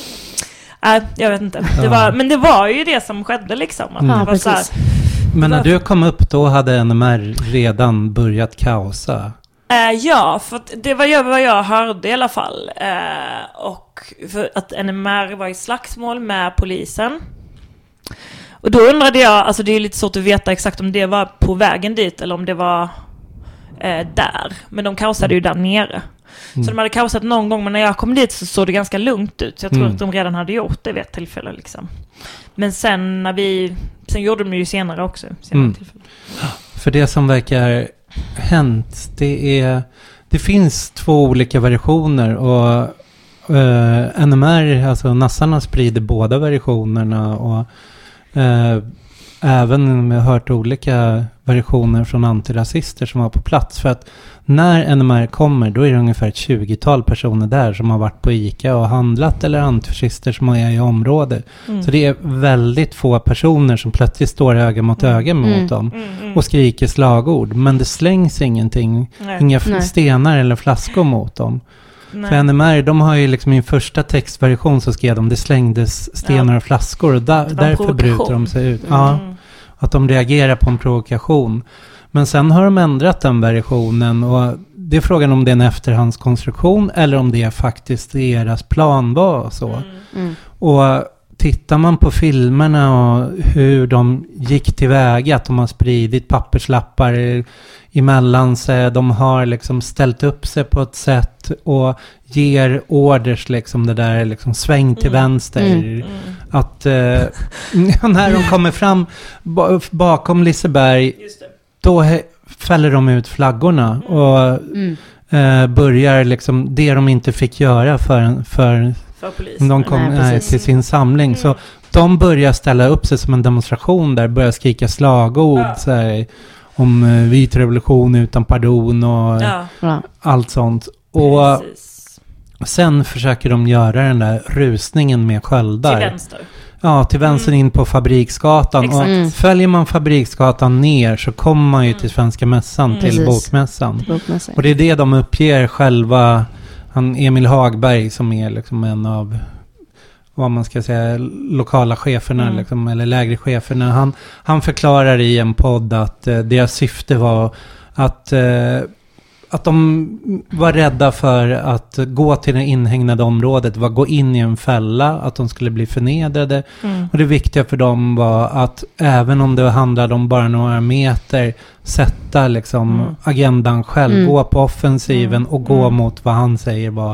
[SPEAKER 1] Äh, jag vet inte. Det var, men det var ju det som skedde liksom. Att mm. det var så här,
[SPEAKER 3] men när du kom upp då hade N M R redan börjat kaosa.
[SPEAKER 1] Uh, ja, för det var ju vad jag hörde i alla fall. Uh, och för att N M R var i slagsmål med polisen. Och då undrade jag, alltså det är lite svårt att veta exakt om det var på vägen dit eller om det var uh, där. Men de kaosade ju där nere. Mm. Så de hade kaosat någon gång, men när jag kom dit så såg det ganska lugnt ut. Så jag tror mm. att de redan hade gjort det vid ett tillfälle liksom. Men sen när vi, sen gjorde de ju senare också. Senare mm. tillfälle.
[SPEAKER 3] För det som verkar hänt, det är det finns två olika versioner och uh, N M R, alltså nassarna sprider båda versionerna och uh, även med hört olika versioner från antirasister som var på plats, för att när N M R kommer då är det ungefär ett tjugotal personer där som har varit på ICA och handlat eller antifascister som är i området. Mm. Så det är väldigt få personer som plötsligt står öga mot öga mot mm. dem mm, mm. och skriker slagord. Men det slängs ingenting, Nej. inga Nej. stenar eller flaskor mot dem. Nej. För N M R, de har ju liksom i en första textversion så skrev de det slängdes stenar ja. och flaskor och da- därför bryter de sig ut. Mm. Ja, att de reagerar på en provokation. Men sen har de ändrat den versionen och det är frågan om det är en efterhandskonstruktion eller om det är faktiskt deras plan var så. Mm. Mm. Och tittar man på filmerna och hur de gick tillväga, att de har spridit papperslappar emellan sig, de har liksom ställt upp sig på ett sätt och ger orders liksom det där liksom sväng till mm. vänster mm. Mm. att eh, när de kommer fram b- bakom Liseberg Just det. Då he- fäller de ut flaggorna mm. och mm. Eh, börjar liksom det de inte fick göra för, för, för polisen. De kom Nej, nej, till sin samling. Mm. Så de börjar ställa upp sig som en demonstration där, börjar skrika slagord ja. så här, om eh, vit revolution utan pardon och ja. allt sånt. Och Precis. sen försöker de göra den där rusningen med sköldar.
[SPEAKER 1] Till vänster.
[SPEAKER 3] Ja, till vänster in på Fabriksgatan.
[SPEAKER 1] Exakt.
[SPEAKER 3] Och
[SPEAKER 4] Mm.
[SPEAKER 3] följer man Fabriksgatan ner så kommer man ju till Svenska mässan,
[SPEAKER 1] Mm.
[SPEAKER 3] till
[SPEAKER 4] Precis.
[SPEAKER 3] bokmässan.
[SPEAKER 4] Bokmässigt.
[SPEAKER 3] Och det är det de uppger själva. Han Emil Hagberg som är liksom en av, vad man ska säga, lokala cheferna
[SPEAKER 1] Mm.
[SPEAKER 3] liksom, eller lägre cheferna. Han, han förklarar i en podd att eh, deras syfte var att eh, att de var rädda för att gå till det inhägnade området, var gå in i en fälla, att de skulle bli förnedrade.
[SPEAKER 1] Mm.
[SPEAKER 3] Och det viktiga för dem var att även om det handlade om bara några meter, sätta liksom
[SPEAKER 1] Mm.
[SPEAKER 3] agendan själv,
[SPEAKER 4] Mm.
[SPEAKER 3] gå på offensiven
[SPEAKER 1] Mm.
[SPEAKER 3] och gå
[SPEAKER 1] Mm.
[SPEAKER 3] mot vad han säger var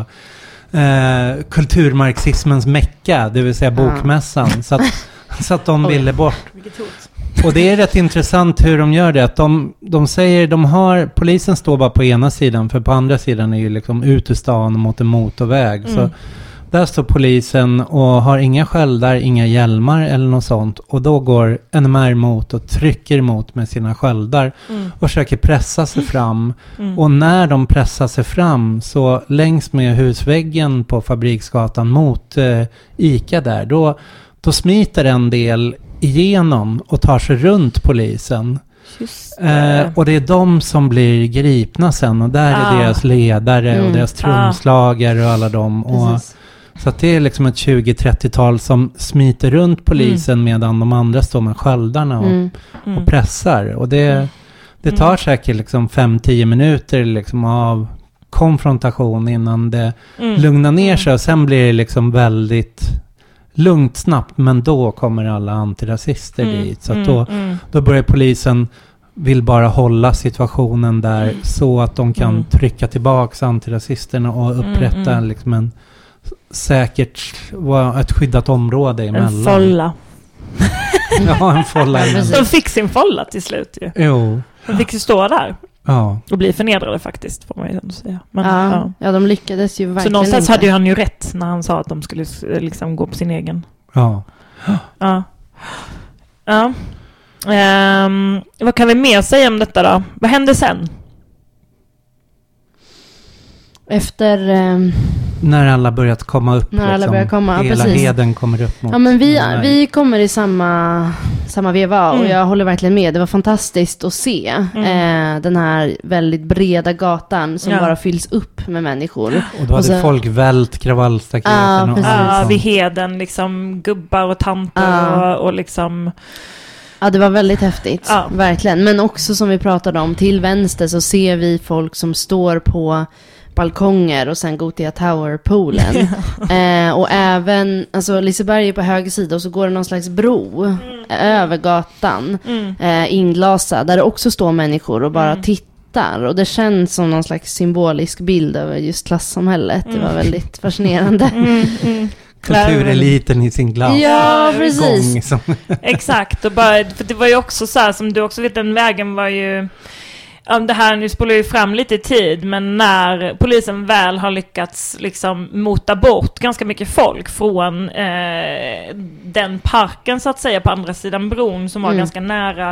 [SPEAKER 3] eh, kulturmarxismens mecka, det vill säga
[SPEAKER 4] Ja.
[SPEAKER 3] bokmässan. Så att, så att de
[SPEAKER 4] Oj.
[SPEAKER 3] ville bort.
[SPEAKER 1] Vilket hot.
[SPEAKER 3] Och det är rätt intressant hur de gör det. Att de, de säger, de har, polisen står bara på ena sidan, för på andra sidan är ju liksom ut ur stan mot en motorväg.
[SPEAKER 1] Mm.
[SPEAKER 3] Så där står polisen och har inga sköldar, inga hjälmar eller något sånt. Och då går N M R mot och trycker emot med sina sköldar
[SPEAKER 1] Mm.
[SPEAKER 3] och försöker pressa sig fram.
[SPEAKER 1] Mm.
[SPEAKER 3] Och när de pressar sig fram så längs med husväggen på Fabriksgatan mot eh, Ica där, då, då smiter en del igenom och tar sig runt polisen.
[SPEAKER 1] Just
[SPEAKER 3] Eh,
[SPEAKER 1] det.
[SPEAKER 3] och det är de som blir gripna sen, och där är
[SPEAKER 1] Ah.
[SPEAKER 3] deras ledare och
[SPEAKER 4] Mm.
[SPEAKER 3] deras trumslagare och alla dem. Och,
[SPEAKER 4] Precis.
[SPEAKER 3] så att det är liksom ett tjugo-trettiotal som smiter runt polisen medan de andra står med sköldarna och,
[SPEAKER 4] Mm.
[SPEAKER 1] Mm.
[SPEAKER 3] och pressar. Och det, det tar
[SPEAKER 1] Mm.
[SPEAKER 3] säkert liksom fem till tio minuter liksom av konfrontation innan det
[SPEAKER 1] Mm.
[SPEAKER 3] lugnar ner sig. Och sen blir det liksom väldigt lugnt snabbt, men då kommer alla antirasister
[SPEAKER 1] Mm.
[SPEAKER 3] dit. Så att
[SPEAKER 1] Mm.
[SPEAKER 3] då,
[SPEAKER 1] Mm.
[SPEAKER 3] då börjar polisen vill bara hålla situationen där så att de kan
[SPEAKER 1] Mm.
[SPEAKER 3] trycka tillbaka antirasisterna och upprätta
[SPEAKER 1] Mm, mm.
[SPEAKER 3] liksom en säkert, vad- ett skyddat område emellan.
[SPEAKER 1] En folla.
[SPEAKER 3] Ja, en folla
[SPEAKER 4] Ja,
[SPEAKER 3] emellan.
[SPEAKER 4] precis.
[SPEAKER 1] De fick sin folla till slut ju.
[SPEAKER 3] Jo,
[SPEAKER 1] De fick ju stå där
[SPEAKER 3] ja.
[SPEAKER 1] och bli förnedrade faktiskt, får man ju ändå säga. Men,
[SPEAKER 4] Ja.
[SPEAKER 1] ja.
[SPEAKER 4] ja, de lyckades ju verkligen
[SPEAKER 1] Så någonstans
[SPEAKER 4] inte.
[SPEAKER 1] hade ju han ju rätt när han sa att de skulle eh, liksom gå på sin egen.
[SPEAKER 3] Ja.
[SPEAKER 1] Ja. Ja. Ehm, vad kan vi mer säga om detta då? Vad hände sen?
[SPEAKER 4] Efter... ehm,
[SPEAKER 3] När alla börjat komma upp.
[SPEAKER 4] När alla börjar komma, ja,
[SPEAKER 3] hela
[SPEAKER 4] precis.
[SPEAKER 3] heden kommer upp mot...
[SPEAKER 4] Ja, men vi,
[SPEAKER 3] Nej.
[SPEAKER 4] vi kommer i samma, samma veva och
[SPEAKER 1] Mm.
[SPEAKER 4] jag håller verkligen med. Det var fantastiskt att se
[SPEAKER 1] Mm.
[SPEAKER 4] eh, den här väldigt breda gatan som
[SPEAKER 1] Ja.
[SPEAKER 4] bara fylls upp med människor.
[SPEAKER 3] Och då hade
[SPEAKER 4] och så-
[SPEAKER 3] folk vält kravallstaketen
[SPEAKER 4] Ja,
[SPEAKER 3] och
[SPEAKER 4] precis.
[SPEAKER 3] allt
[SPEAKER 1] Ja,
[SPEAKER 3] sånt.
[SPEAKER 1] vid heden liksom gubbar och tanter
[SPEAKER 4] Ja.
[SPEAKER 1] och, och liksom...
[SPEAKER 4] Ja, det var väldigt häftigt.
[SPEAKER 1] Ja.
[SPEAKER 4] Verkligen. Men också som vi pratade om, till vänster så ser vi folk som står på balkonger och sen Gothia Tower-poolen. eh, och även, alltså Liseberg är på höger sida och så går det någon slags bro över gatan.
[SPEAKER 1] Mm.
[SPEAKER 4] eh, inglasad, där det också står människor och bara
[SPEAKER 1] Mm.
[SPEAKER 4] tittar. Och det känns som någon slags symbolisk bild över just klassamhället. Det var
[SPEAKER 1] Mm.
[SPEAKER 4] väldigt fascinerande.
[SPEAKER 1] Mm, mm.
[SPEAKER 3] Kultureliten i sin glas.
[SPEAKER 4] Ja, precis.
[SPEAKER 3] Gång som...
[SPEAKER 1] Exakt, och bara, för det var ju också så här som du också vet, den vägen var ju, om det här nu spolar ju fram lite i tid, men när polisen väl har lyckats liksom mota bort ganska mycket folk från eh, den parken så att säga på andra sidan bron som var
[SPEAKER 4] Mm.
[SPEAKER 1] ganska nära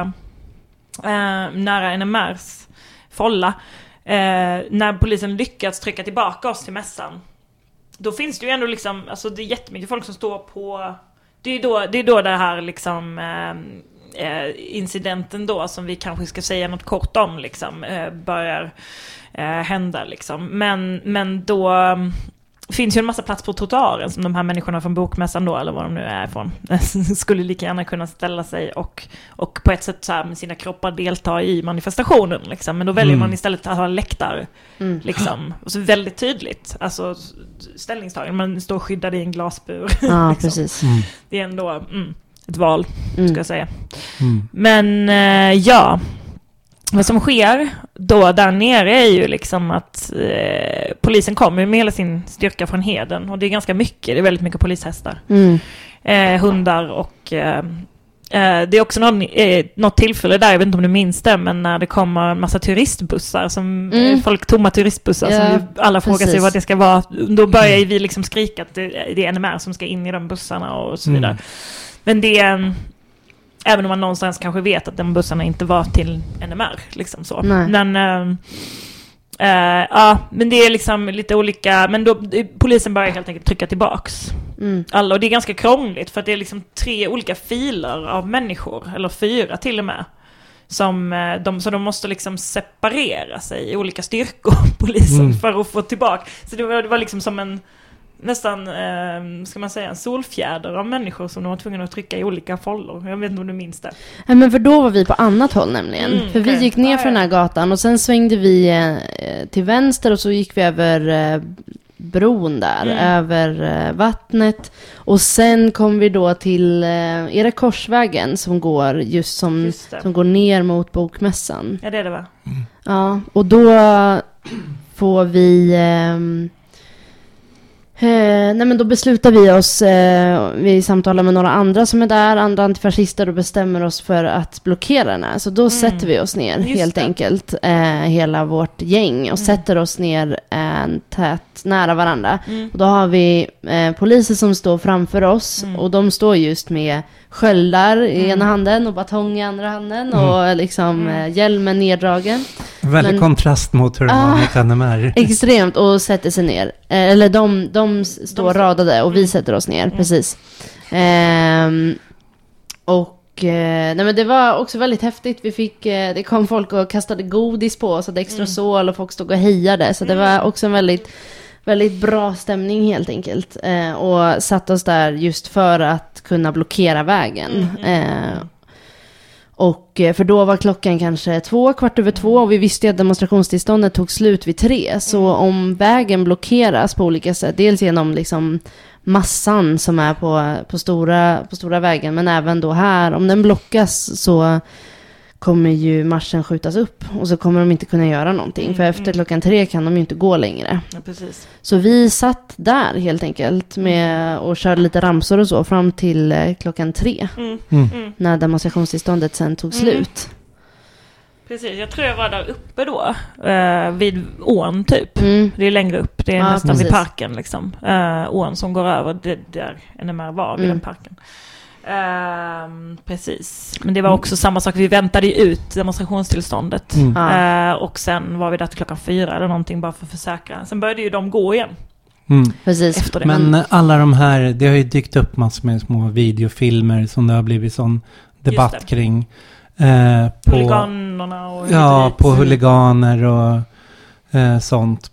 [SPEAKER 1] eh, nära N M R:s folla, eh, när polisen lyckats trycka tillbaka oss till mässan, då finns det ju ändå liksom, alltså det är jättemycket folk som står på, det är då det, är då det här liksom eh, eh, incidenten då som vi kanske ska säga något kort om liksom, eh, börjar eh, hända liksom. Men, men då um, finns ju en massa plats på trottoaren som de här människorna från bokmässan då, eller vad de nu är ifrån, skulle lika gärna kunna ställa sig och, och på ett sätt så här med sina kroppar delta i manifestationen liksom. Men då väljer
[SPEAKER 3] Mm.
[SPEAKER 1] man istället att ha läktar
[SPEAKER 4] Mm.
[SPEAKER 1] liksom. Och så väldigt tydligt, alltså ställningstagen, man står skyddad i en glasbur.
[SPEAKER 4] Ja,
[SPEAKER 1] liksom.
[SPEAKER 4] precis.
[SPEAKER 3] Mm.
[SPEAKER 1] Det är ändå mm, ett val, ska
[SPEAKER 4] Mm.
[SPEAKER 1] jag säga.
[SPEAKER 3] Mm.
[SPEAKER 1] Men eh, ja, vad som sker då där nere är ju liksom att eh, polisen kommer med hela sin styrka från heden. Och det är ganska mycket, det är väldigt mycket polishästar.
[SPEAKER 4] Mm.
[SPEAKER 1] Eh, hundar och... Eh, eh, det är också någon, eh, något tillfälle där, jag vet inte om du minns det, men när det kommer en massa turistbussar, som,
[SPEAKER 4] Mm.
[SPEAKER 1] eh, folk tomma turistbussar
[SPEAKER 4] Ja,
[SPEAKER 1] som vi alla frågar sig
[SPEAKER 4] precis.
[SPEAKER 1] vad det ska vara. Då börjar ju vi liksom skrika att det, det är N M R som ska in i de bussarna och så vidare.
[SPEAKER 3] Mm.
[SPEAKER 1] Men det är... Även om man någonstans kanske vet att de bussarna inte var till N M R. Liksom så.
[SPEAKER 4] Nej.
[SPEAKER 1] Men, äh, äh, ja, men det är liksom lite olika... Men då, polisen börjar helt enkelt trycka tillbaks Mm. Alla, och det är ganska krångligt för att det är liksom tre olika filer av människor, eller fyra till och med. Som de, så de måste liksom separera sig i olika styrkor, polisen, mm. för att få tillbaka. Så det var, det var liksom som en nästan, eh, ska man säga, en solfjäder av människor som de var tvungna att trycka i olika follor. Jag vet inte om du minns det.
[SPEAKER 4] Nej, men för då var vi på annat håll nämligen. Mm, för vi gick ner ah, för den här gatan och sen svängde vi eh, till vänster och så gick vi över eh, bron där, mm. över eh, vattnet. Och sen kom vi då till, eh, är det Korsvägen som går just som, just som går ner mot Bokmässan?
[SPEAKER 1] Ja, det är det va?
[SPEAKER 4] Mm. Ja, och då får vi... Eh, Eh, nej men då beslutar vi oss, eh, vi samtalar med några andra som är där, andra antifascister, och bestämmer oss för att blockera den här. Så då mm. sätter vi oss ner Just helt det. enkelt, eh, hela vårt gäng, och mm. sätter oss ner eh, tät nära varandra. Mm. Och då har vi eh, poliser som står framför oss mm. och de står just med sköldar i mm. ena handen och batong i andra handen mm. och liksom mm. eh, hjälmen neddragen.
[SPEAKER 3] Väldigt Men, kontrast mot hur det var mot N M R.
[SPEAKER 4] Extremt, och sätter sig ner. Eh, eller de, de står de radade och vi sätter oss ner, mm. precis. Eh, och eh, nej men det var också väldigt häftigt. Vi fick, eh, det kom folk och kastade godis på oss, och extra mm. sol, och folk stod och hejade. Så det var också en väldigt, väldigt bra stämning helt enkelt. Eh, och satt oss där just för att kunna blockera vägen. Mm. Eh, Och för då var klockan kanske två, kvart över två, och vi visste att demonstrationstillståndet tog slut vid tre. Så om vägen blockeras på olika sätt, dels genom liksom massan som är på, på, stora, på stora vägen, men även då här, om den blockas så kommer ju marschen skjutas upp, och så kommer de inte kunna göra någonting. Mm, för efter mm. klockan tre kan de ju inte gå längre.
[SPEAKER 1] Ja, precis.
[SPEAKER 4] Så vi satt där helt enkelt med, och körde lite ramsor och så fram till eh, klockan tre. Mm, mm. När demonstrationstillståndet sen tog mm. slut.
[SPEAKER 1] Precis, jag tror jag var där uppe då. Eh, vid ån typ. Mm. Det är längre upp, det är ja, nästan precis. vid parken liksom. Eh, ån som går över, det där N M R var vid mm. den parken. Uh, precis. Men det var också samma sak. Vi väntade ju ut demonstrationstillståndet mm. uh, och sen var vi där till klockan fyra eller någonting, bara för att försäkra. Sen började ju de gå igen.
[SPEAKER 3] Mm.
[SPEAKER 4] Precis.
[SPEAKER 1] Efter det.
[SPEAKER 3] Men alla de här, det har ju dykt upp massor med små videofilmer som det har blivit sån debatt kring. Uh, på,
[SPEAKER 1] Huliganerna och
[SPEAKER 3] ja, på huliganer och uh, sånt.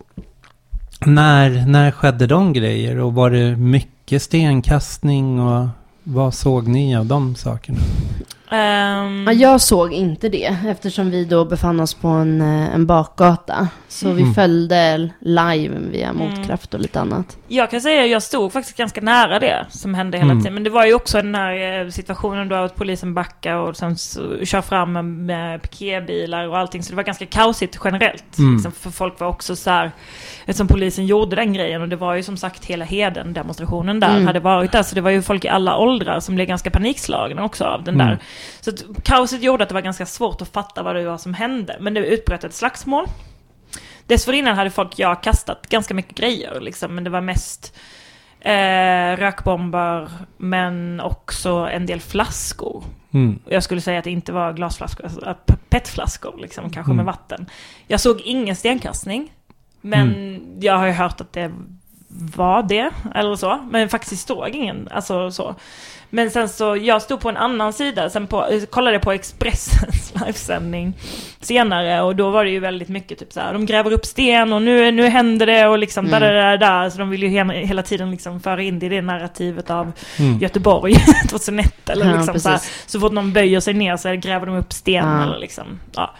[SPEAKER 3] När, när skedde de grejer, och var det mycket stenkastning, och vad såg ni av de sakerna?
[SPEAKER 4] Um, ja, jag såg inte det, eftersom vi då befann oss på en, en bakgata. Så mm. vi följde live via motkraft och lite annat.
[SPEAKER 1] Jag kan säga att jag stod faktiskt ganska nära det som hände hela mm. tiden. Men det var ju också den här situationen då att polisen backar och sen kör fram med, med piketbilar och allting. Så det var ganska kaosigt generellt. Mm. Liksom, för folk var också så här, eftersom polisen gjorde den grejen. Och det var ju som sagt hela Heden demonstrationen där mm. hade varit där. Så det var ju folk i alla åldrar som blev ganska panikslagna också av den mm. där. Så att kaoset gjorde att det var ganska svårt att fatta vad det var som hände. Men det utbröt ett slagsmål. Dessförinnan hade folk ja, kastat ganska mycket grejer. Liksom. Men det var mest eh, rökbomber, men också en del flaskor. Mm. Jag skulle säga att det inte var glasflaskor, alltså petflaskor liksom, kanske mm. med vatten. Jag såg ingen stenkastning. Men mm. jag har ju hört att det var det, eller så. Men faktiskt såg ingen, alltså så. Men sen så, jag stod på en annan sida, sen på, kollade på Expressens livesändning senare, och då var det ju väldigt mycket typ så här, de gräver upp sten och nu, nu händer det och liksom mm. där, där, där, så de vill ju hela, hela tiden liksom föra in det i det narrativet av mm. Göteborg tjugohundraett eller ja, liksom så här, så fort någon böjer sig ner så gräver de upp sten ja. eller liksom, ja.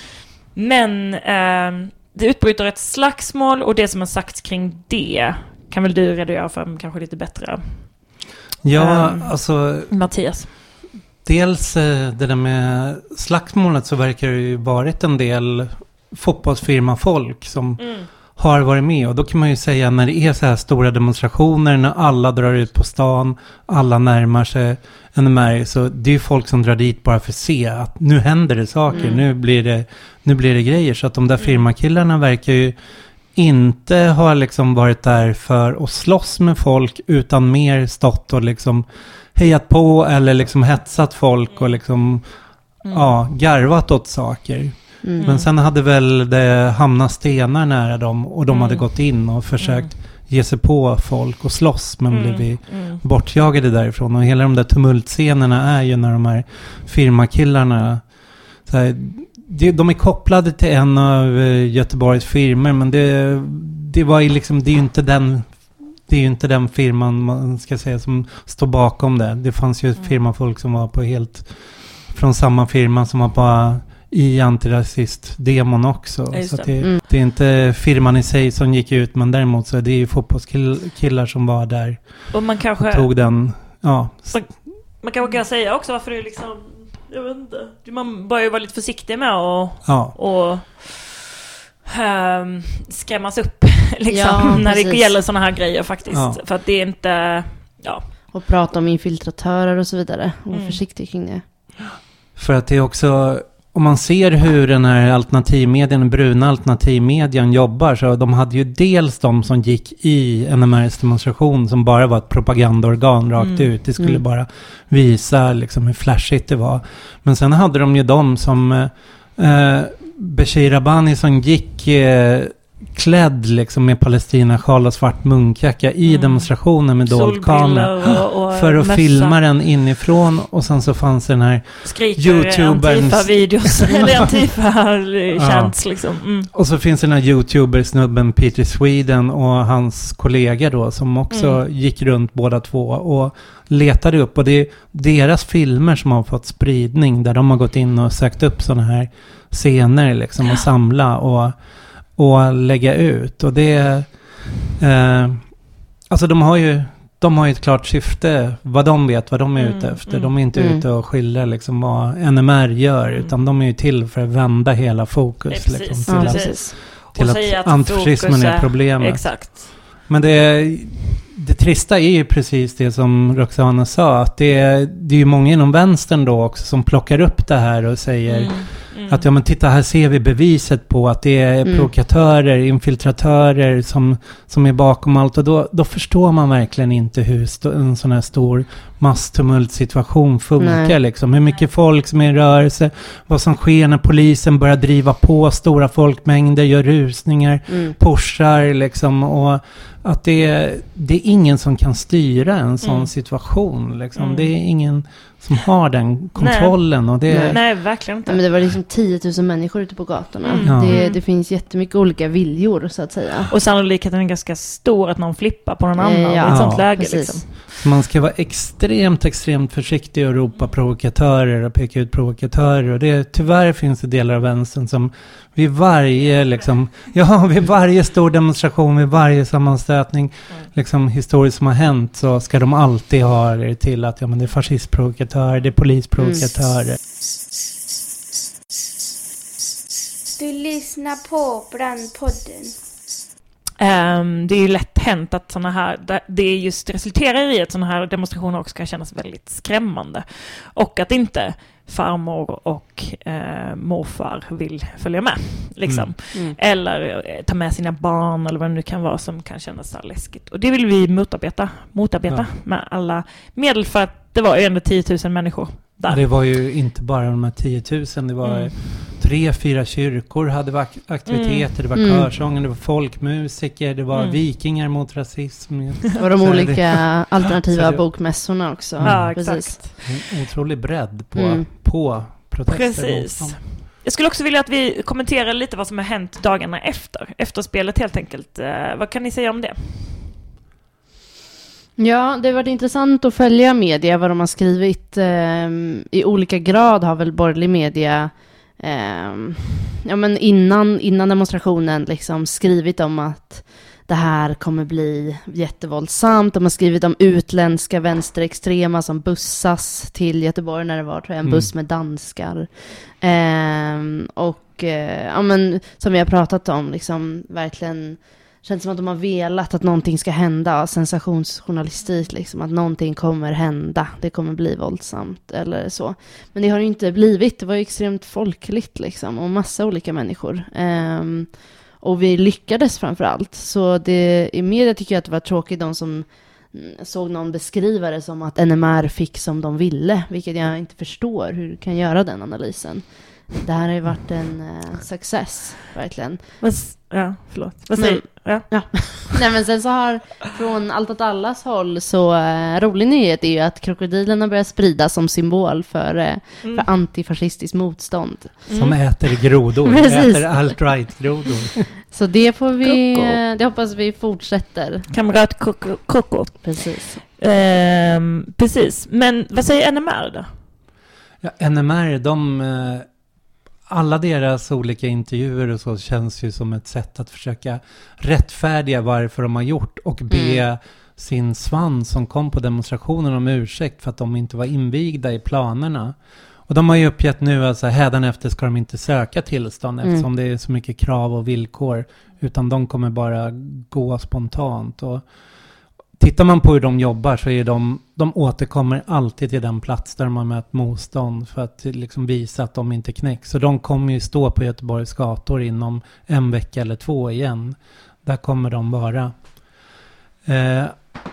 [SPEAKER 1] Men eh, det utbryter ett slagsmål, och det som har sagts kring det kan väl du redogöra för kanske lite bättre.
[SPEAKER 3] Ja, um, alltså
[SPEAKER 1] Mattias.
[SPEAKER 3] Dels det där med slagsmålet, så verkar det ju varit en del fotbollsfirma-folk som mm. har varit med. Och då kan man ju säga, när det är så här stora demonstrationer, när alla drar ut på stan, alla närmar sig N M R, så det är ju folk som drar dit bara för att se att nu händer det saker, mm. nu blir det, nu blir det grejer. Så att de där firmakillarna verkar ju inte har liksom varit där för att slåss med folk, utan mer stått och liksom hejat på eller liksom hetsat folk och liksom mm. ja, garvat åt saker. Mm. Men sen hade väl det hamnat stenar nära dem, och de mm. hade gått in och försökt mm. ge sig på folk och slåss, men
[SPEAKER 1] Mm,
[SPEAKER 3] blev
[SPEAKER 1] mm.
[SPEAKER 3] bortjagade därifrån. Och hela de där tumultscenerna är ju när de här firmakillarna så här, de, de är kopplade till en av Göteborgs firmor, men det, det var ju liksom, det är ju inte den det är ju inte den firman man ska säga som står bakom det. Det fanns ju
[SPEAKER 1] Mm.
[SPEAKER 3] firmafolk som var på helt från samma firma som var på i antirasist-demon också.
[SPEAKER 1] Ja, just
[SPEAKER 3] så
[SPEAKER 1] det.
[SPEAKER 3] att det,
[SPEAKER 4] Mm.
[SPEAKER 3] det är inte firman i sig som gick ut, men däremot så är det ju fotbollskillar som var där
[SPEAKER 1] Och man kanske...
[SPEAKER 3] och tog den, ja.
[SPEAKER 1] Man kanske kan säga också varför det är liksom, jag vet inte, man bör ju vara lite försiktig med att
[SPEAKER 3] ja.
[SPEAKER 1] och, um, skrämmas upp liksom,
[SPEAKER 4] Ja,
[SPEAKER 1] när det
[SPEAKER 4] precis.
[SPEAKER 1] gäller såna här grejer faktiskt.
[SPEAKER 3] Ja.
[SPEAKER 1] För att det är inte, ja.
[SPEAKER 4] Och prata om infiltratörer och så vidare. Och vara
[SPEAKER 1] Mm.
[SPEAKER 4] försiktig kring det.
[SPEAKER 3] För att det är också, om man ser hur den här alternativmedien, den bruna alternativmedien jobbar, så de hade ju dels de som gick i N M R:s demonstration som bara var ett propagandaorgan rakt
[SPEAKER 1] Mm.
[SPEAKER 3] ut. Det skulle
[SPEAKER 4] Mm.
[SPEAKER 3] bara visa liksom hur flashigt det var. Men sen hade de ju de som eh, Bashir Rabbani som gick eh, klädd liksom med palestinasjal och svart munkjacka i
[SPEAKER 1] Mm.
[SPEAKER 3] demonstrationen med dold kamera.
[SPEAKER 1] Solbrillor och, och
[SPEAKER 3] För att
[SPEAKER 1] mössa.
[SPEAKER 3] filma den inifrån, och sen så fanns den här
[SPEAKER 1] Skriker
[SPEAKER 3] YouTuberns-
[SPEAKER 1] Antifa-videos eller Antifa-chants liksom. Mm.
[SPEAKER 3] och så finns den här YouTuber-snubben Peter Sweden och hans kollega då som också
[SPEAKER 1] Mm.
[SPEAKER 3] gick runt båda två och letade upp, och det är deras filmer som har fått spridning där de har gått in och sökt upp sådana här scener liksom och samla och, och lägga ut, och det eh, alltså de har ju de har ju ett klart syfte, vad de vet, vad de är
[SPEAKER 1] Mm,
[SPEAKER 3] ute efter.
[SPEAKER 1] mm.
[SPEAKER 3] De är inte
[SPEAKER 4] Mm.
[SPEAKER 3] ute och skildrar liksom vad N M R gör,
[SPEAKER 1] Mm.
[SPEAKER 3] utan de är ju till för att vända hela fokus.
[SPEAKER 1] Ja, precis.
[SPEAKER 3] Liksom,
[SPEAKER 4] Ja,
[SPEAKER 3] till att,
[SPEAKER 4] precis.
[SPEAKER 3] till
[SPEAKER 1] Och
[SPEAKER 3] att,
[SPEAKER 1] säga att
[SPEAKER 3] antifascismen
[SPEAKER 1] fokus
[SPEAKER 3] är
[SPEAKER 1] är-
[SPEAKER 3] problemet.
[SPEAKER 1] Exakt.
[SPEAKER 3] Men det, det trista är ju precis det som Roxana sa, att det är, det är ju många inom vänstern då också som plockar upp det här och säger
[SPEAKER 1] Mm, mm.
[SPEAKER 3] att ja, men titta, här ser vi beviset på att det är
[SPEAKER 4] Mm.
[SPEAKER 3] provokatörer, infiltratörer som, som är bakom allt, och då, då förstår man verkligen inte hur sto, en sån här stor masstumultsituation funkar.
[SPEAKER 4] Nej.
[SPEAKER 3] Liksom. Hur mycket folk som är i rörelse, vad som sker när polisen börjar driva på stora folkmängder, gör rusningar,
[SPEAKER 4] Mm.
[SPEAKER 3] pushar liksom, och att det är, det är ingen som kan styra en sån
[SPEAKER 1] Mm.
[SPEAKER 3] situation liksom.
[SPEAKER 1] Mm.
[SPEAKER 3] Det är ingen som har den kontrollen, och det
[SPEAKER 4] Nej.
[SPEAKER 1] Nej, verkligen inte.
[SPEAKER 4] Ja, men det var liksom tio tusen människor ute på gatorna.
[SPEAKER 1] Mm.
[SPEAKER 3] Ja.
[SPEAKER 4] Det, det finns jättemycket olika viljor så att säga.
[SPEAKER 1] Och sannolikheten är ganska stor att någon flippar på någon
[SPEAKER 4] Eh,
[SPEAKER 1] annan
[SPEAKER 4] ja,
[SPEAKER 1] i ett sånt läge.
[SPEAKER 4] precis.
[SPEAKER 1] Liksom.
[SPEAKER 3] Så man ska vara extremt, extremt försiktig och ropa provokatörer och peka ut provokatörer. Och det, tyvärr finns det delar av vänstern som vid varje, liksom, ja, vid varje stor demonstration, vid varje sammanstötning, liksom, historiskt som har hänt, så ska de alltid ha det till att ja, men det är fascistprovokatörer, det är polisprovokatörer.
[SPEAKER 2] Du lyssnar på Brandpodden.
[SPEAKER 1] Ehm, det är ju lätt hänt att såna här, da- det just resulterar i att såna här demonstrationer också kan kännas väldigt skrämmande. Och att inte farmor och eh, morfar vill följa med. Liksom.
[SPEAKER 4] Mm.
[SPEAKER 1] Eller eh, ta med sina barn eller vad det nu kan vara som kan kännas så här läskigt. Och det vill vi motarbeta, motarbeta
[SPEAKER 3] Ja.
[SPEAKER 1] med alla medel, för att det var ju ändå tio tusen människor där.
[SPEAKER 3] Ja, det var ju inte bara de här tio tusen, det var
[SPEAKER 1] Mm.
[SPEAKER 3] tre, fyra kyrkor hade var ak- aktiviteter, det var
[SPEAKER 4] Mm.
[SPEAKER 3] körsånger, det var folkmusiker, det var
[SPEAKER 1] Mm.
[SPEAKER 3] vikingar mot rasism.
[SPEAKER 4] Och de
[SPEAKER 3] Så är det-
[SPEAKER 4] olika alternativa
[SPEAKER 3] Så det-
[SPEAKER 4] bokmässorna också.
[SPEAKER 1] Ja,
[SPEAKER 4] Precis.
[SPEAKER 1] exakt.
[SPEAKER 3] En otrolig bredd på,
[SPEAKER 4] Mm.
[SPEAKER 3] på protester.
[SPEAKER 1] Precis.
[SPEAKER 3] mot dem.
[SPEAKER 1] Jag skulle också vilja att vi kommenterar lite vad som har hänt dagarna efter. Efter spelet helt enkelt. Eh, vad kan ni säga om det?
[SPEAKER 4] Ja, det har varit intressant att följa media, vad de har skrivit. ehm, I olika grad har väl borgerlig media ehm, ja, men innan, innan demonstrationen liksom skrivit om att det här kommer bli jättevåldsamt. De har skrivit om utländska vänsterextrema som bussas till Göteborg när det var, tror jag, en
[SPEAKER 3] Mm.
[SPEAKER 4] buss med danskar. Ehm, och eh, ja, men, som vi har pratat om, liksom verkligen känns som att de har velat att någonting ska hända, sensationsjournalistik, liksom, att någonting kommer hända, det kommer bli våldsamt eller så. Men det har ju inte blivit, det var ju extremt folkligt liksom, och massa olika människor. Ehm, och vi lyckades framför allt. Så det, i media tycker jag att det var tråkigt de som mm, såg någon beskriva det som att N M R fick som de ville, vilket jag inte förstår hur du kan göra den analysen. det här har ju varit en uh, success, verkligen.
[SPEAKER 1] Vad, ja, förlåt. Vad
[SPEAKER 4] Men-
[SPEAKER 1] säger ja.
[SPEAKER 4] Ja. Nej, men sen så har från allt åt allas håll så uh, rolig nyhet är ju att krokodilerna börjar spridas som symbol för, uh,
[SPEAKER 1] Mm.
[SPEAKER 4] för antifascistiskt motstånd.
[SPEAKER 3] Som äter grodor.
[SPEAKER 4] Precis.
[SPEAKER 3] Äter alt-right-grodor.
[SPEAKER 4] Så det får vi,
[SPEAKER 1] Koko.
[SPEAKER 4] uh, det hoppas vi fortsätter.
[SPEAKER 1] Kamrat Koko. Koko.
[SPEAKER 4] Precis.
[SPEAKER 1] Ehm, precis. Men vad säger N M R då?
[SPEAKER 3] Ja, N M R, de, eh, alla deras olika intervjuer och så känns ju som ett sätt att försöka rättfärdiga varför de har gjort och be
[SPEAKER 4] Mm.
[SPEAKER 3] sin svans som kom på demonstrationen om ursäkt för att de inte var invigda i planerna. Och de har ju uppgett nu att så här, hädanefter ska de inte söka tillstånd
[SPEAKER 4] Mm.
[SPEAKER 3] eftersom det är så mycket krav och villkor, utan de kommer bara gå spontant. Och tittar man på hur de jobbar så är de, de återkommer alltid till den plats där de har mött motstånd för att liksom visa att de inte knäcks. Så de kommer ju stå på Göteborgs gator inom en vecka eller två igen. Där kommer de vara. Eh,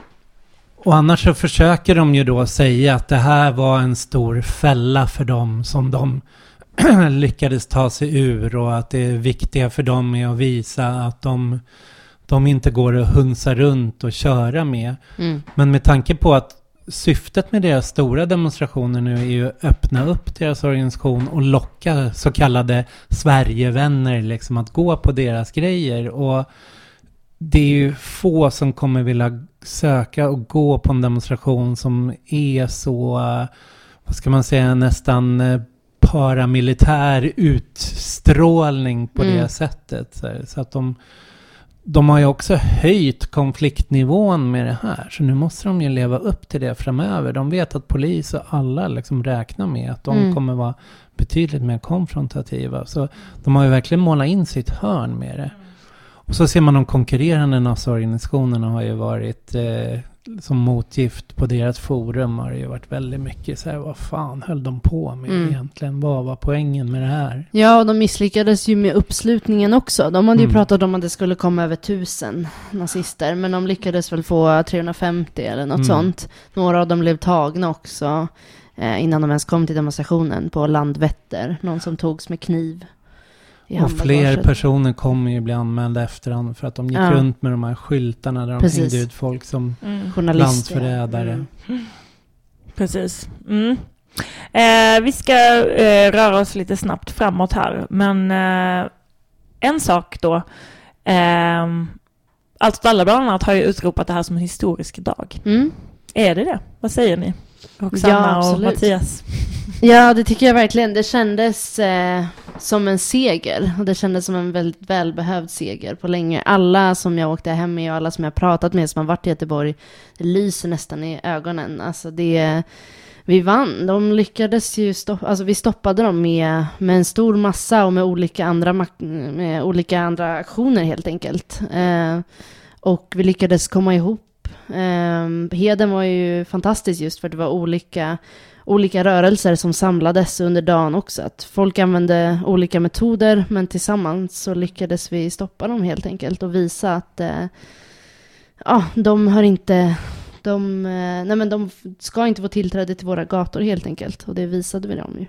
[SPEAKER 3] och annars så försöker de ju då säga att det här var en stor fälla för dem som de lyckades ta sig ur, och att det viktiga för dem är att visa att de, de inte går att hunsa runt och köra med.
[SPEAKER 4] Mm.
[SPEAKER 3] Men med tanke på att syftet med deras stora demonstrationer nu är ju att öppna upp deras organisation och locka så kallade Sverigevänner liksom att gå på deras grejer. Och det är ju få som kommer vilja söka och gå på en demonstration som är så, eh, vad ska man säga, nästan eh, paramilitär utstrålning på
[SPEAKER 4] Mm.
[SPEAKER 3] det sättet. Så, här. Så att de, de har ju också höjt konfliktnivån med det här. Så nu måste de ju leva upp till det framöver. De vet att polis och alla liksom räknar med att de
[SPEAKER 4] Mm.
[SPEAKER 3] kommer vara betydligt mer konfrontativa. Så de har ju verkligen målat in sitt hörn med det. Och så ser man de konkurrerande nassorganisationerna har ju varit eh, som motgift på deras forum har det ju varit väldigt mycket så här, vad fan höll de på med
[SPEAKER 4] Mm.
[SPEAKER 3] egentligen? Vad var poängen med det här?
[SPEAKER 4] Ja, och de misslyckades ju med uppslutningen också. De hade ju
[SPEAKER 3] Mm.
[SPEAKER 4] pratat om att det skulle komma över tusen nazister, men de lyckades väl få trehundrafemtio eller något
[SPEAKER 3] Mm.
[SPEAKER 4] sånt. Några av dem blev tagna också eh, innan de ens kom till demonstrationen på Landvetter. Någon som togs med kniv i
[SPEAKER 3] Och
[SPEAKER 4] handbagaget.
[SPEAKER 3] fler personer kommer ju bli anmälda efterhand för att de gick
[SPEAKER 4] Ja.
[SPEAKER 3] runt med de här skyltarna där de
[SPEAKER 4] Precis.
[SPEAKER 3] hängde ut folk som
[SPEAKER 1] Mm.
[SPEAKER 4] Journalister.
[SPEAKER 3] landsförrädare.
[SPEAKER 4] Mm.
[SPEAKER 1] Precis. Mm. Eh, vi ska eh, röra oss lite snabbt framåt här. Men eh, en sak då. Eh, Allt alla bland annat har ju utropat det här som en historisk dag.
[SPEAKER 4] Mm.
[SPEAKER 1] Är det det? Vad säger ni? Roxanna
[SPEAKER 4] Ja,
[SPEAKER 1] och
[SPEAKER 4] absolut.
[SPEAKER 1] Mattias.
[SPEAKER 4] Ja, det tycker jag verkligen. Det kändes eh, som en seger. Och det kändes som en väldigt välbehövd seger på länge. Alla som jag åkte hem med och alla som jag pratat med som har varit i Göteborg, det lyser nästan i ögonen. Alltså det, vi vann. De lyckades ju stoppa, alltså vi stoppade dem med, med en stor massa och med olika andra, mak- med olika andra aktioner helt enkelt. Eh, och vi lyckades komma ihop. Eh, Heden var ju fantastisk just för att det var olika olika rörelser som samlades under dagen också. Att folk använde olika metoder, men tillsammans så lyckades vi stoppa dem helt enkelt och visa att eh, ja, de har inte de, eh, nej men de ska inte få tillträde till våra gator helt enkelt. Och det visade vi dem ju.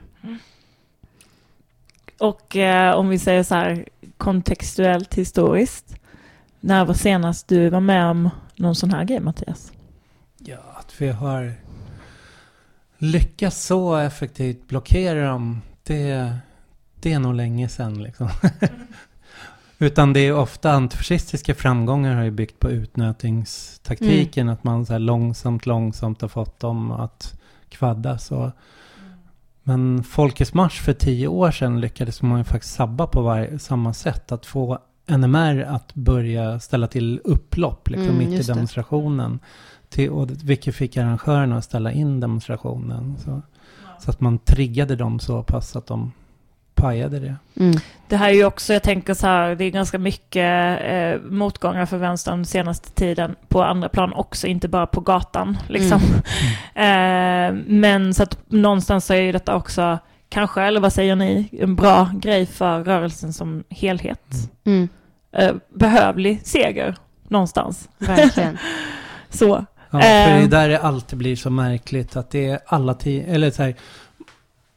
[SPEAKER 1] Och eh, om vi säger så här kontextuellt historiskt. När var senast du var med om någon sån här grej, Mattias?
[SPEAKER 3] Ja, att vi har lyckats så effektivt blockera dem, det, det är nog länge sedan liksom. Utan det är ofta antifascistiska framgångar har ju byggt på utnötningstaktiken, att man så här långsamt, långsamt har fått dem att kvadda. Så. Men Folkets marsch för tio år sedan lyckades man ju faktiskt sabba på var- samma sätt, att få N M R att börja ställa till upplopp liksom,
[SPEAKER 4] Mm,
[SPEAKER 3] mitt i
[SPEAKER 4] just det.
[SPEAKER 3] demonstrationen. Till, och vilket fick arrangörerna att ställa in demonstrationen. Så, så att man triggade dem så pass att de pajade det.
[SPEAKER 4] Mm.
[SPEAKER 1] Det här är ju också, jag tänker så här, det är ganska mycket eh, motgångar för vänstern senaste tiden på andra plan också, inte bara på gatan liksom. eh, men så att någonstans så är ju detta också kanske, eller vad säger ni, en bra grej för rörelsen som helhet.
[SPEAKER 4] Mm.
[SPEAKER 1] Eh, behövlig seger någonstans.
[SPEAKER 4] Verkligen.
[SPEAKER 1] Så.
[SPEAKER 3] Ja, för det är
[SPEAKER 1] Eh.
[SPEAKER 3] där det alltid blir så märkligt att det är alla ti- eller så här,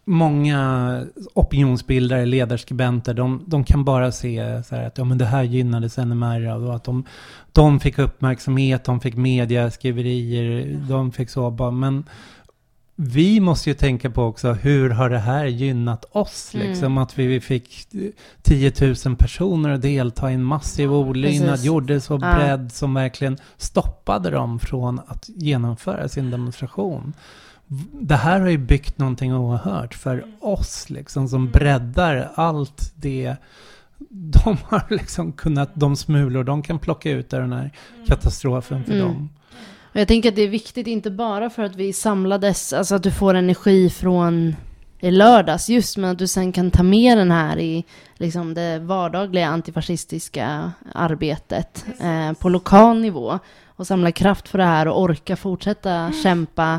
[SPEAKER 3] många opinionsbildare, ledarskribenter, de, de kan bara se så här att ja, men det här gynnades N M R av, och att de, de fick uppmärksamhet, de fick mediaskriverier, de fick så bara, men vi måste ju tänka på också, hur har det här gynnat oss? Liksom, mm. att vi fick tio tusen personer att delta i en massiv olydnad, gjorde så
[SPEAKER 4] ja.
[SPEAKER 3] bredd som verkligen stoppade dem från att genomföra sin demonstration. Det här har ju byggt någonting oerhört för oss liksom, som breddar allt det de har liksom kunnat, de smulor de kan plocka ut av den här katastrofen för
[SPEAKER 4] mm.
[SPEAKER 3] dem.
[SPEAKER 4] Och jag tänker att det är viktigt inte bara för att vi samlades, alltså att du får energi från i lördags just, men att du sen kan ta med den här i liksom det vardagliga antifascistiska arbetet eh, på lokal nivå och samla kraft för det här och orka fortsätta mm. kämpa.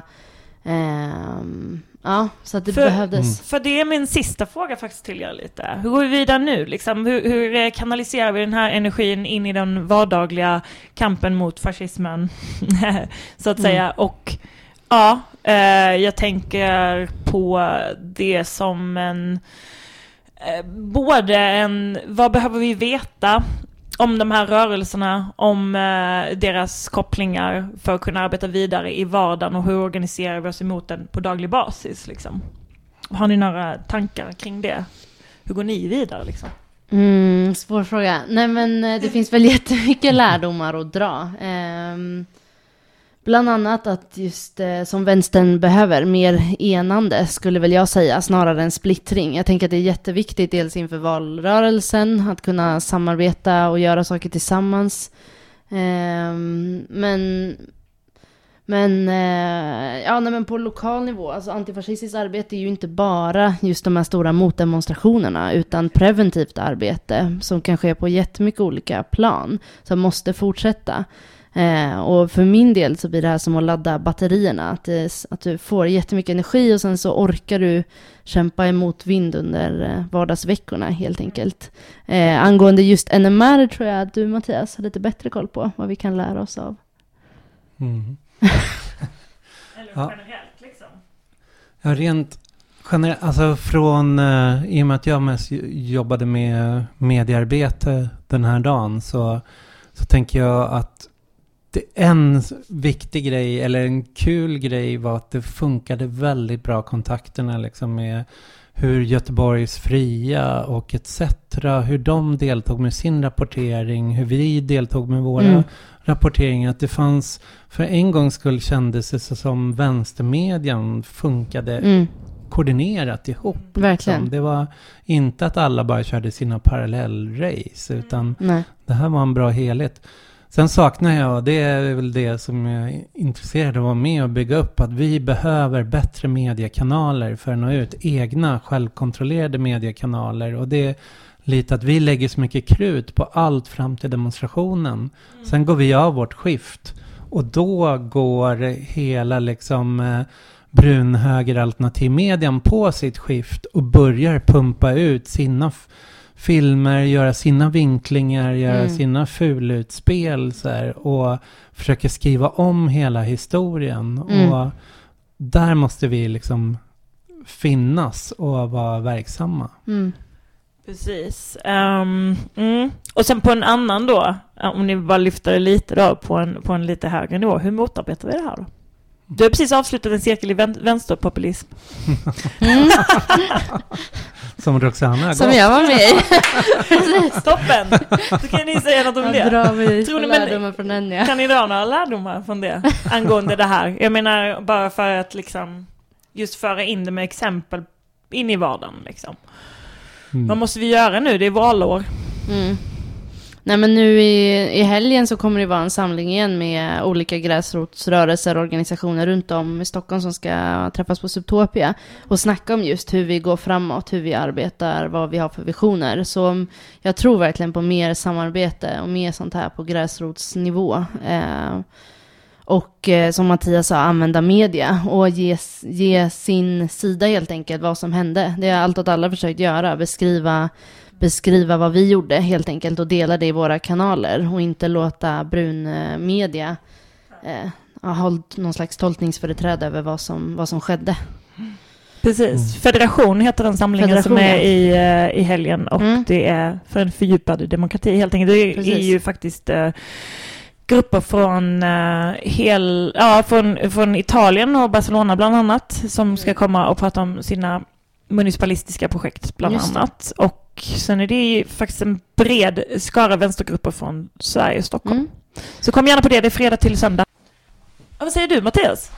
[SPEAKER 4] Um, ja, så att det
[SPEAKER 1] för,
[SPEAKER 4] behövdes.
[SPEAKER 1] Mm. För det är min sista fråga faktiskt till er lite. Hur går vi vidare nu? Liksom, hur, hur kanaliserar vi den här energin in i den vardagliga kampen mot fascismen? så att mm. säga. Och ja, eh, jag tänker på det som en eh, både en, vad behöver vi veta om de här rörelserna, om eh, deras kopplingar för att kunna arbeta vidare i vardagen, och hur organiserar vi oss emot den på daglig basis liksom. Har ni några tankar kring det? Hur går ni vidare liksom?
[SPEAKER 4] Mm, svår fråga. Nej, men det finns väl jättemycket lärdomar att dra. Ehm, bland annat att just eh, som vänstern behöver mer enande, skulle väl jag säga, snarare än splittring. Jag tänker att det är jätteviktigt dels inför valrörelsen att kunna samarbeta och göra saker tillsammans. Ehm, men men, eh, ja, nej, men på lokal nivå, alltså antifascistiskt arbete är ju inte bara just de här stora motdemonstrationerna, utan preventivt arbete som kan ske på jättemycket olika plan som måste fortsätta. Eh, och för min del så blir det här som att ladda batterierna, att, det, att du får jättemycket energi och sen så orkar du kämpa emot vind under eh, vardagsveckorna helt enkelt. Eh, angående just N M R tror jag att du, Mattias, har lite bättre koll på vad vi kan lära oss av.
[SPEAKER 3] Mm.
[SPEAKER 1] Eller generellt liksom.
[SPEAKER 3] Ja, rent generellt, alltså från, uh, i och med att jag mest jobbade med mediearbete den här dagen, så, så tänker jag att det, en viktig grej, eller en kul grej, var att det funkade väldigt bra kontakterna liksom med hur Göteborgs Fria och et cetera, hur de deltog med sin rapportering, hur vi deltog med våra mm. rapporteringar. Att det fanns, för en gångs skull kändes det som vänstermedian funkade mm. koordinerat ihop.
[SPEAKER 4] Verkligen.
[SPEAKER 3] Liksom. Det var inte att alla bara körde sina parallellrace, utan
[SPEAKER 4] Nej.
[SPEAKER 3] det här var en bra helhet. Sen saknar jag, det är väl det som jag är intresserad av att vara med och bygga upp, att vi behöver bättre mediekanaler för att nå ut, egna självkontrollerade mediekanaler, och det är lite att vi lägger så mycket krut på allt fram till demonstrationen. Mm. Sen går vi av vårt skift, och då går hela liksom eh, brunhögeralternativmedian på sitt skift och börjar pumpa ut sina f- filmer, göra sina vinklingar, göra mm. sina fulutspel så här, och försöka skriva om hela historien. Mm. Och där måste vi liksom finnas och vara verksamma.
[SPEAKER 1] Mm. Precis. Um, mm. Och sen på en annan då, om ni bara lyfter det lite då på en, på en lite högre nivå, hur motarbetar vi det här då? Du har precis avslutat en cirkel i vän- vänsterpopulism.
[SPEAKER 4] Mm.
[SPEAKER 3] Som Roxana.
[SPEAKER 4] Som jag var med i.
[SPEAKER 1] Toppen! Så kan ni säga något om det.
[SPEAKER 4] Drar vi
[SPEAKER 1] Tror ni,
[SPEAKER 4] lärdomar från den, ja.
[SPEAKER 1] Kan ni dra några lärdomar från det angående det här? Jag menar bara för att liksom just föra in det med exempel in i vardagen liksom. Mm. Vad måste vi göra nu? Det är valår.
[SPEAKER 4] Mm. Nej, men nu i, i helgen så kommer det vara en samling igen med olika gräsrotsrörelser och organisationer runt om i Stockholm som ska träffas på Subtopia och snacka om just hur vi går framåt, hur vi arbetar, vad vi har för visioner. Så jag tror verkligen på mer samarbete och mer sånt här på gräsrotsnivå. Eh, och eh, som Mattias sa, använda media och ge, ge sin sida helt enkelt vad som hände. Det har allt åt alla försökt göra, beskriva beskriva vad vi gjorde helt enkelt och dela det i våra kanaler och inte låta brun eh, media eh, ha hållit någon slags tolkningsföreträde över vad som, vad som skedde.
[SPEAKER 1] Precis. Mm. Federation heter den samlingen Federation, som är i, uh, i helgen. Och mm. det är för en fördjupad demokrati helt enkelt. Det Precis. är ju faktiskt uh, grupper från, uh, hel, ja, från, från Italien och Barcelona bland annat som ska komma och prata om sina municipalistiska projekt bland annat. Och sen är det ju faktiskt en bred skara vänstergrupper från Sverige och Stockholm. Mm. Så kom gärna på det, det är fredag till söndag. Ja, vad säger du, Mattias?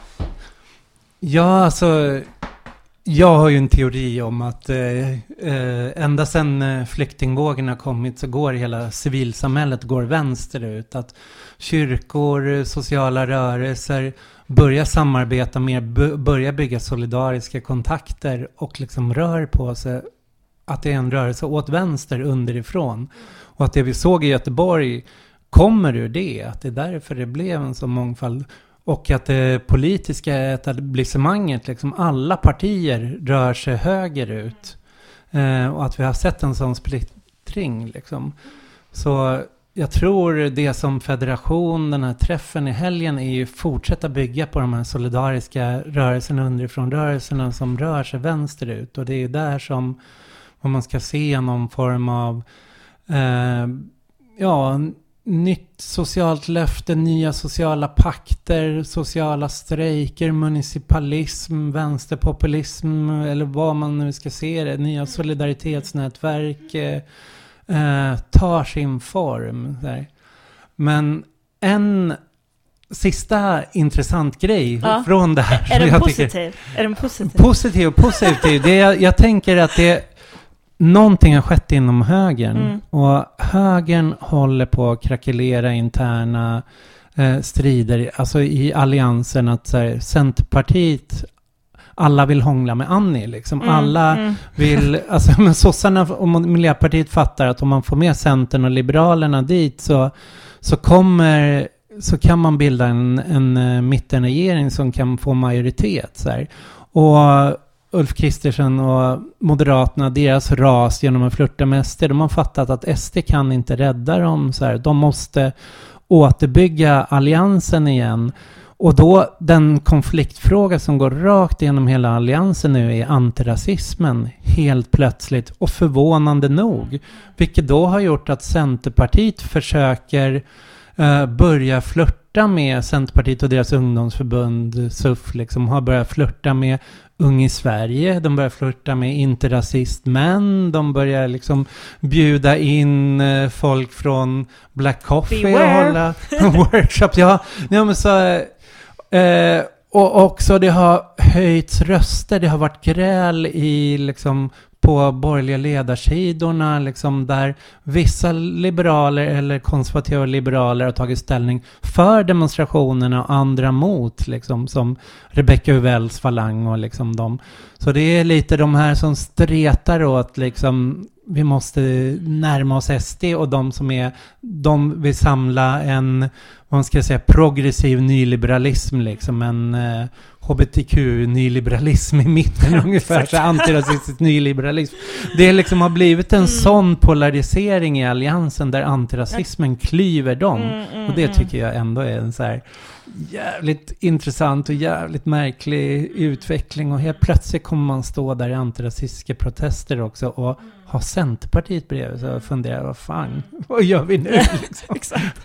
[SPEAKER 3] Ja, alltså jag har ju en teori om att eh, eh, ända sedan eh, flyktingvågen har kommit så går hela civilsamhället går vänsterut. Att kyrkor, sociala rörelser börjar samarbeta mer, b- börjar bygga solidariska kontakter och liksom rör på sig. Att det är en rörelse åt vänster underifrån. Och att det vi såg i Göteborg kommer ur det. Att det är därför det blev en sån mångfald. Och att det politiska etablissemanget, liksom alla partier rör sig högerut. Eh, och att vi har sett en sån splittring. Liksom. Så jag tror det som federation, den här träffen i helgen är ju fortsätta bygga på de här solidariska rörelserna underifrån. Rörelserna som rör sig vänsterut. Och det är ju där som om man ska se någon form av eh, ja, nytt socialt löfte, nya sociala pakter, sociala strejker, municipalism, vänsterpopulism eller vad man nu ska se det, nya solidaritetsnätverk eh, tar sin form. Där. Men en sista intressant grej ja. från det här.
[SPEAKER 1] Är den positiv? Tycker, är den positiv?
[SPEAKER 3] Positiv och positiv. Det är, jag tänker att det någonting har skett inom högern mm. och högern håller på att krackelera interna eh, strider, alltså i alliansen att så här, Centerpartiet, alla vill hångla med Annie liksom. Mm. Alla mm. vill, alltså men sossarna och Miljöpartiet fattar att om man får med Centern och Liberalerna dit så, så kommer så kan man bilda en, en mittenregering som kan få majoritet så här. Och Ulf Kristersson och Moderaterna, deras ras genom att flirta med S D, de har fattat att S D kan inte rädda dem så här. De måste återbygga alliansen igen. Och då den konfliktfråga som går rakt genom hela alliansen nu är antirasismen helt plötsligt och förvånande nog. Vilket då har gjort att Centerpartiet försöker uh, börja flirta med Centerpartiet och deras ungdomsförbund S U F liksom har börjat flirta med Ung i Sverige, de börjar flirta med inte-rasistmän, de börjar liksom bjuda in eh, folk från Black Coffee Beware. Och hålla workshops. Ja, ja men så, eh, och också det har höjts röster, det har varit gräl i liksom på borgerliga ledarsidorna liksom där vissa liberaler eller konservativa liberaler har tagit ställning för demonstrationerna och andra mot liksom som Rebecca Uvells falang och liksom dem. Så det är lite de här som stretar åt liksom vi måste närma oss S D och de som är de vill samla en vad man ska säga progressiv nyliberalism liksom en eh, H B T Q-nyliberalism i mitten ungefär, så antirasistisk nyliberalism. Det liksom har blivit en mm. sån polarisering i alliansen där antirasismen klyver dem. Mm, mm, och det tycker jag ändå är en så här jävligt intressant och jävligt märklig utveckling. Och helt plötsligt kommer man stå där i antirasistiska protester också och ha Centerpartiet bredvid så funderar vad fan, vad gör vi nu? Liksom?
[SPEAKER 1] Exakt.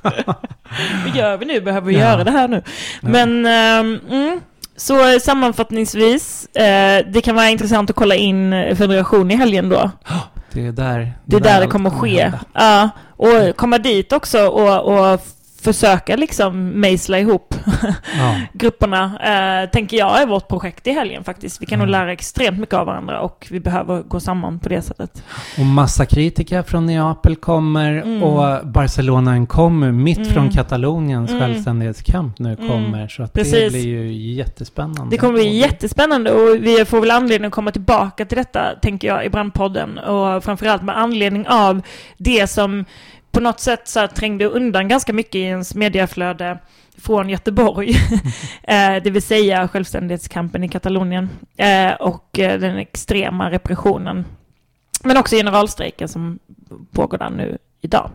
[SPEAKER 1] Vad gör vi nu? Behöver vi ja. göra det här nu? Ja. Men um, mm. Så sammanfattningsvis, eh, det kan vara intressant att kolla in Federation i helgen då.
[SPEAKER 3] Det är där det,
[SPEAKER 1] det, är där det kommer att ske. Ja, och komma dit också och, och försöka liksom mejsla ihop ja. grupperna, eh, tänker jag är vårt projekt i helgen faktiskt. Vi kan mm. nog lära extremt mycket av varandra och vi behöver gå samman på det sättet.
[SPEAKER 3] Och massa kritiker från Neapel kommer mm. och Barcelona kommer mitt mm. från Kataloniens mm. självständighetskamp nu kommer. Mm. Så att det blir ju jättespännande.
[SPEAKER 1] Det kommer bli jättespännande och vi får väl anledning att komma tillbaka till detta, tänker jag, i Brandpodden. Och framförallt med anledning av det som på något sätt så trängde undan ganska mycket i ens mediaflöde från Göteborg. eh, det vill säga självständighetskampen i Katalonien eh, och eh, den extrema repressionen. Men också generalstrejken som pågår där nu idag.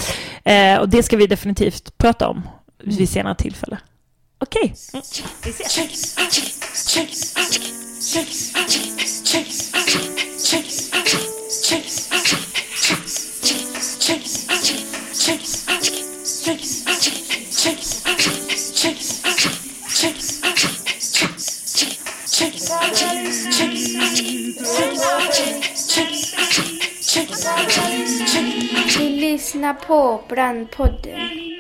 [SPEAKER 1] Eh, och det ska vi definitivt prata om vid senare tillfälle. Okej. Okay. Mm. Vi ses.
[SPEAKER 2] Du lyssnar på Brandpodden.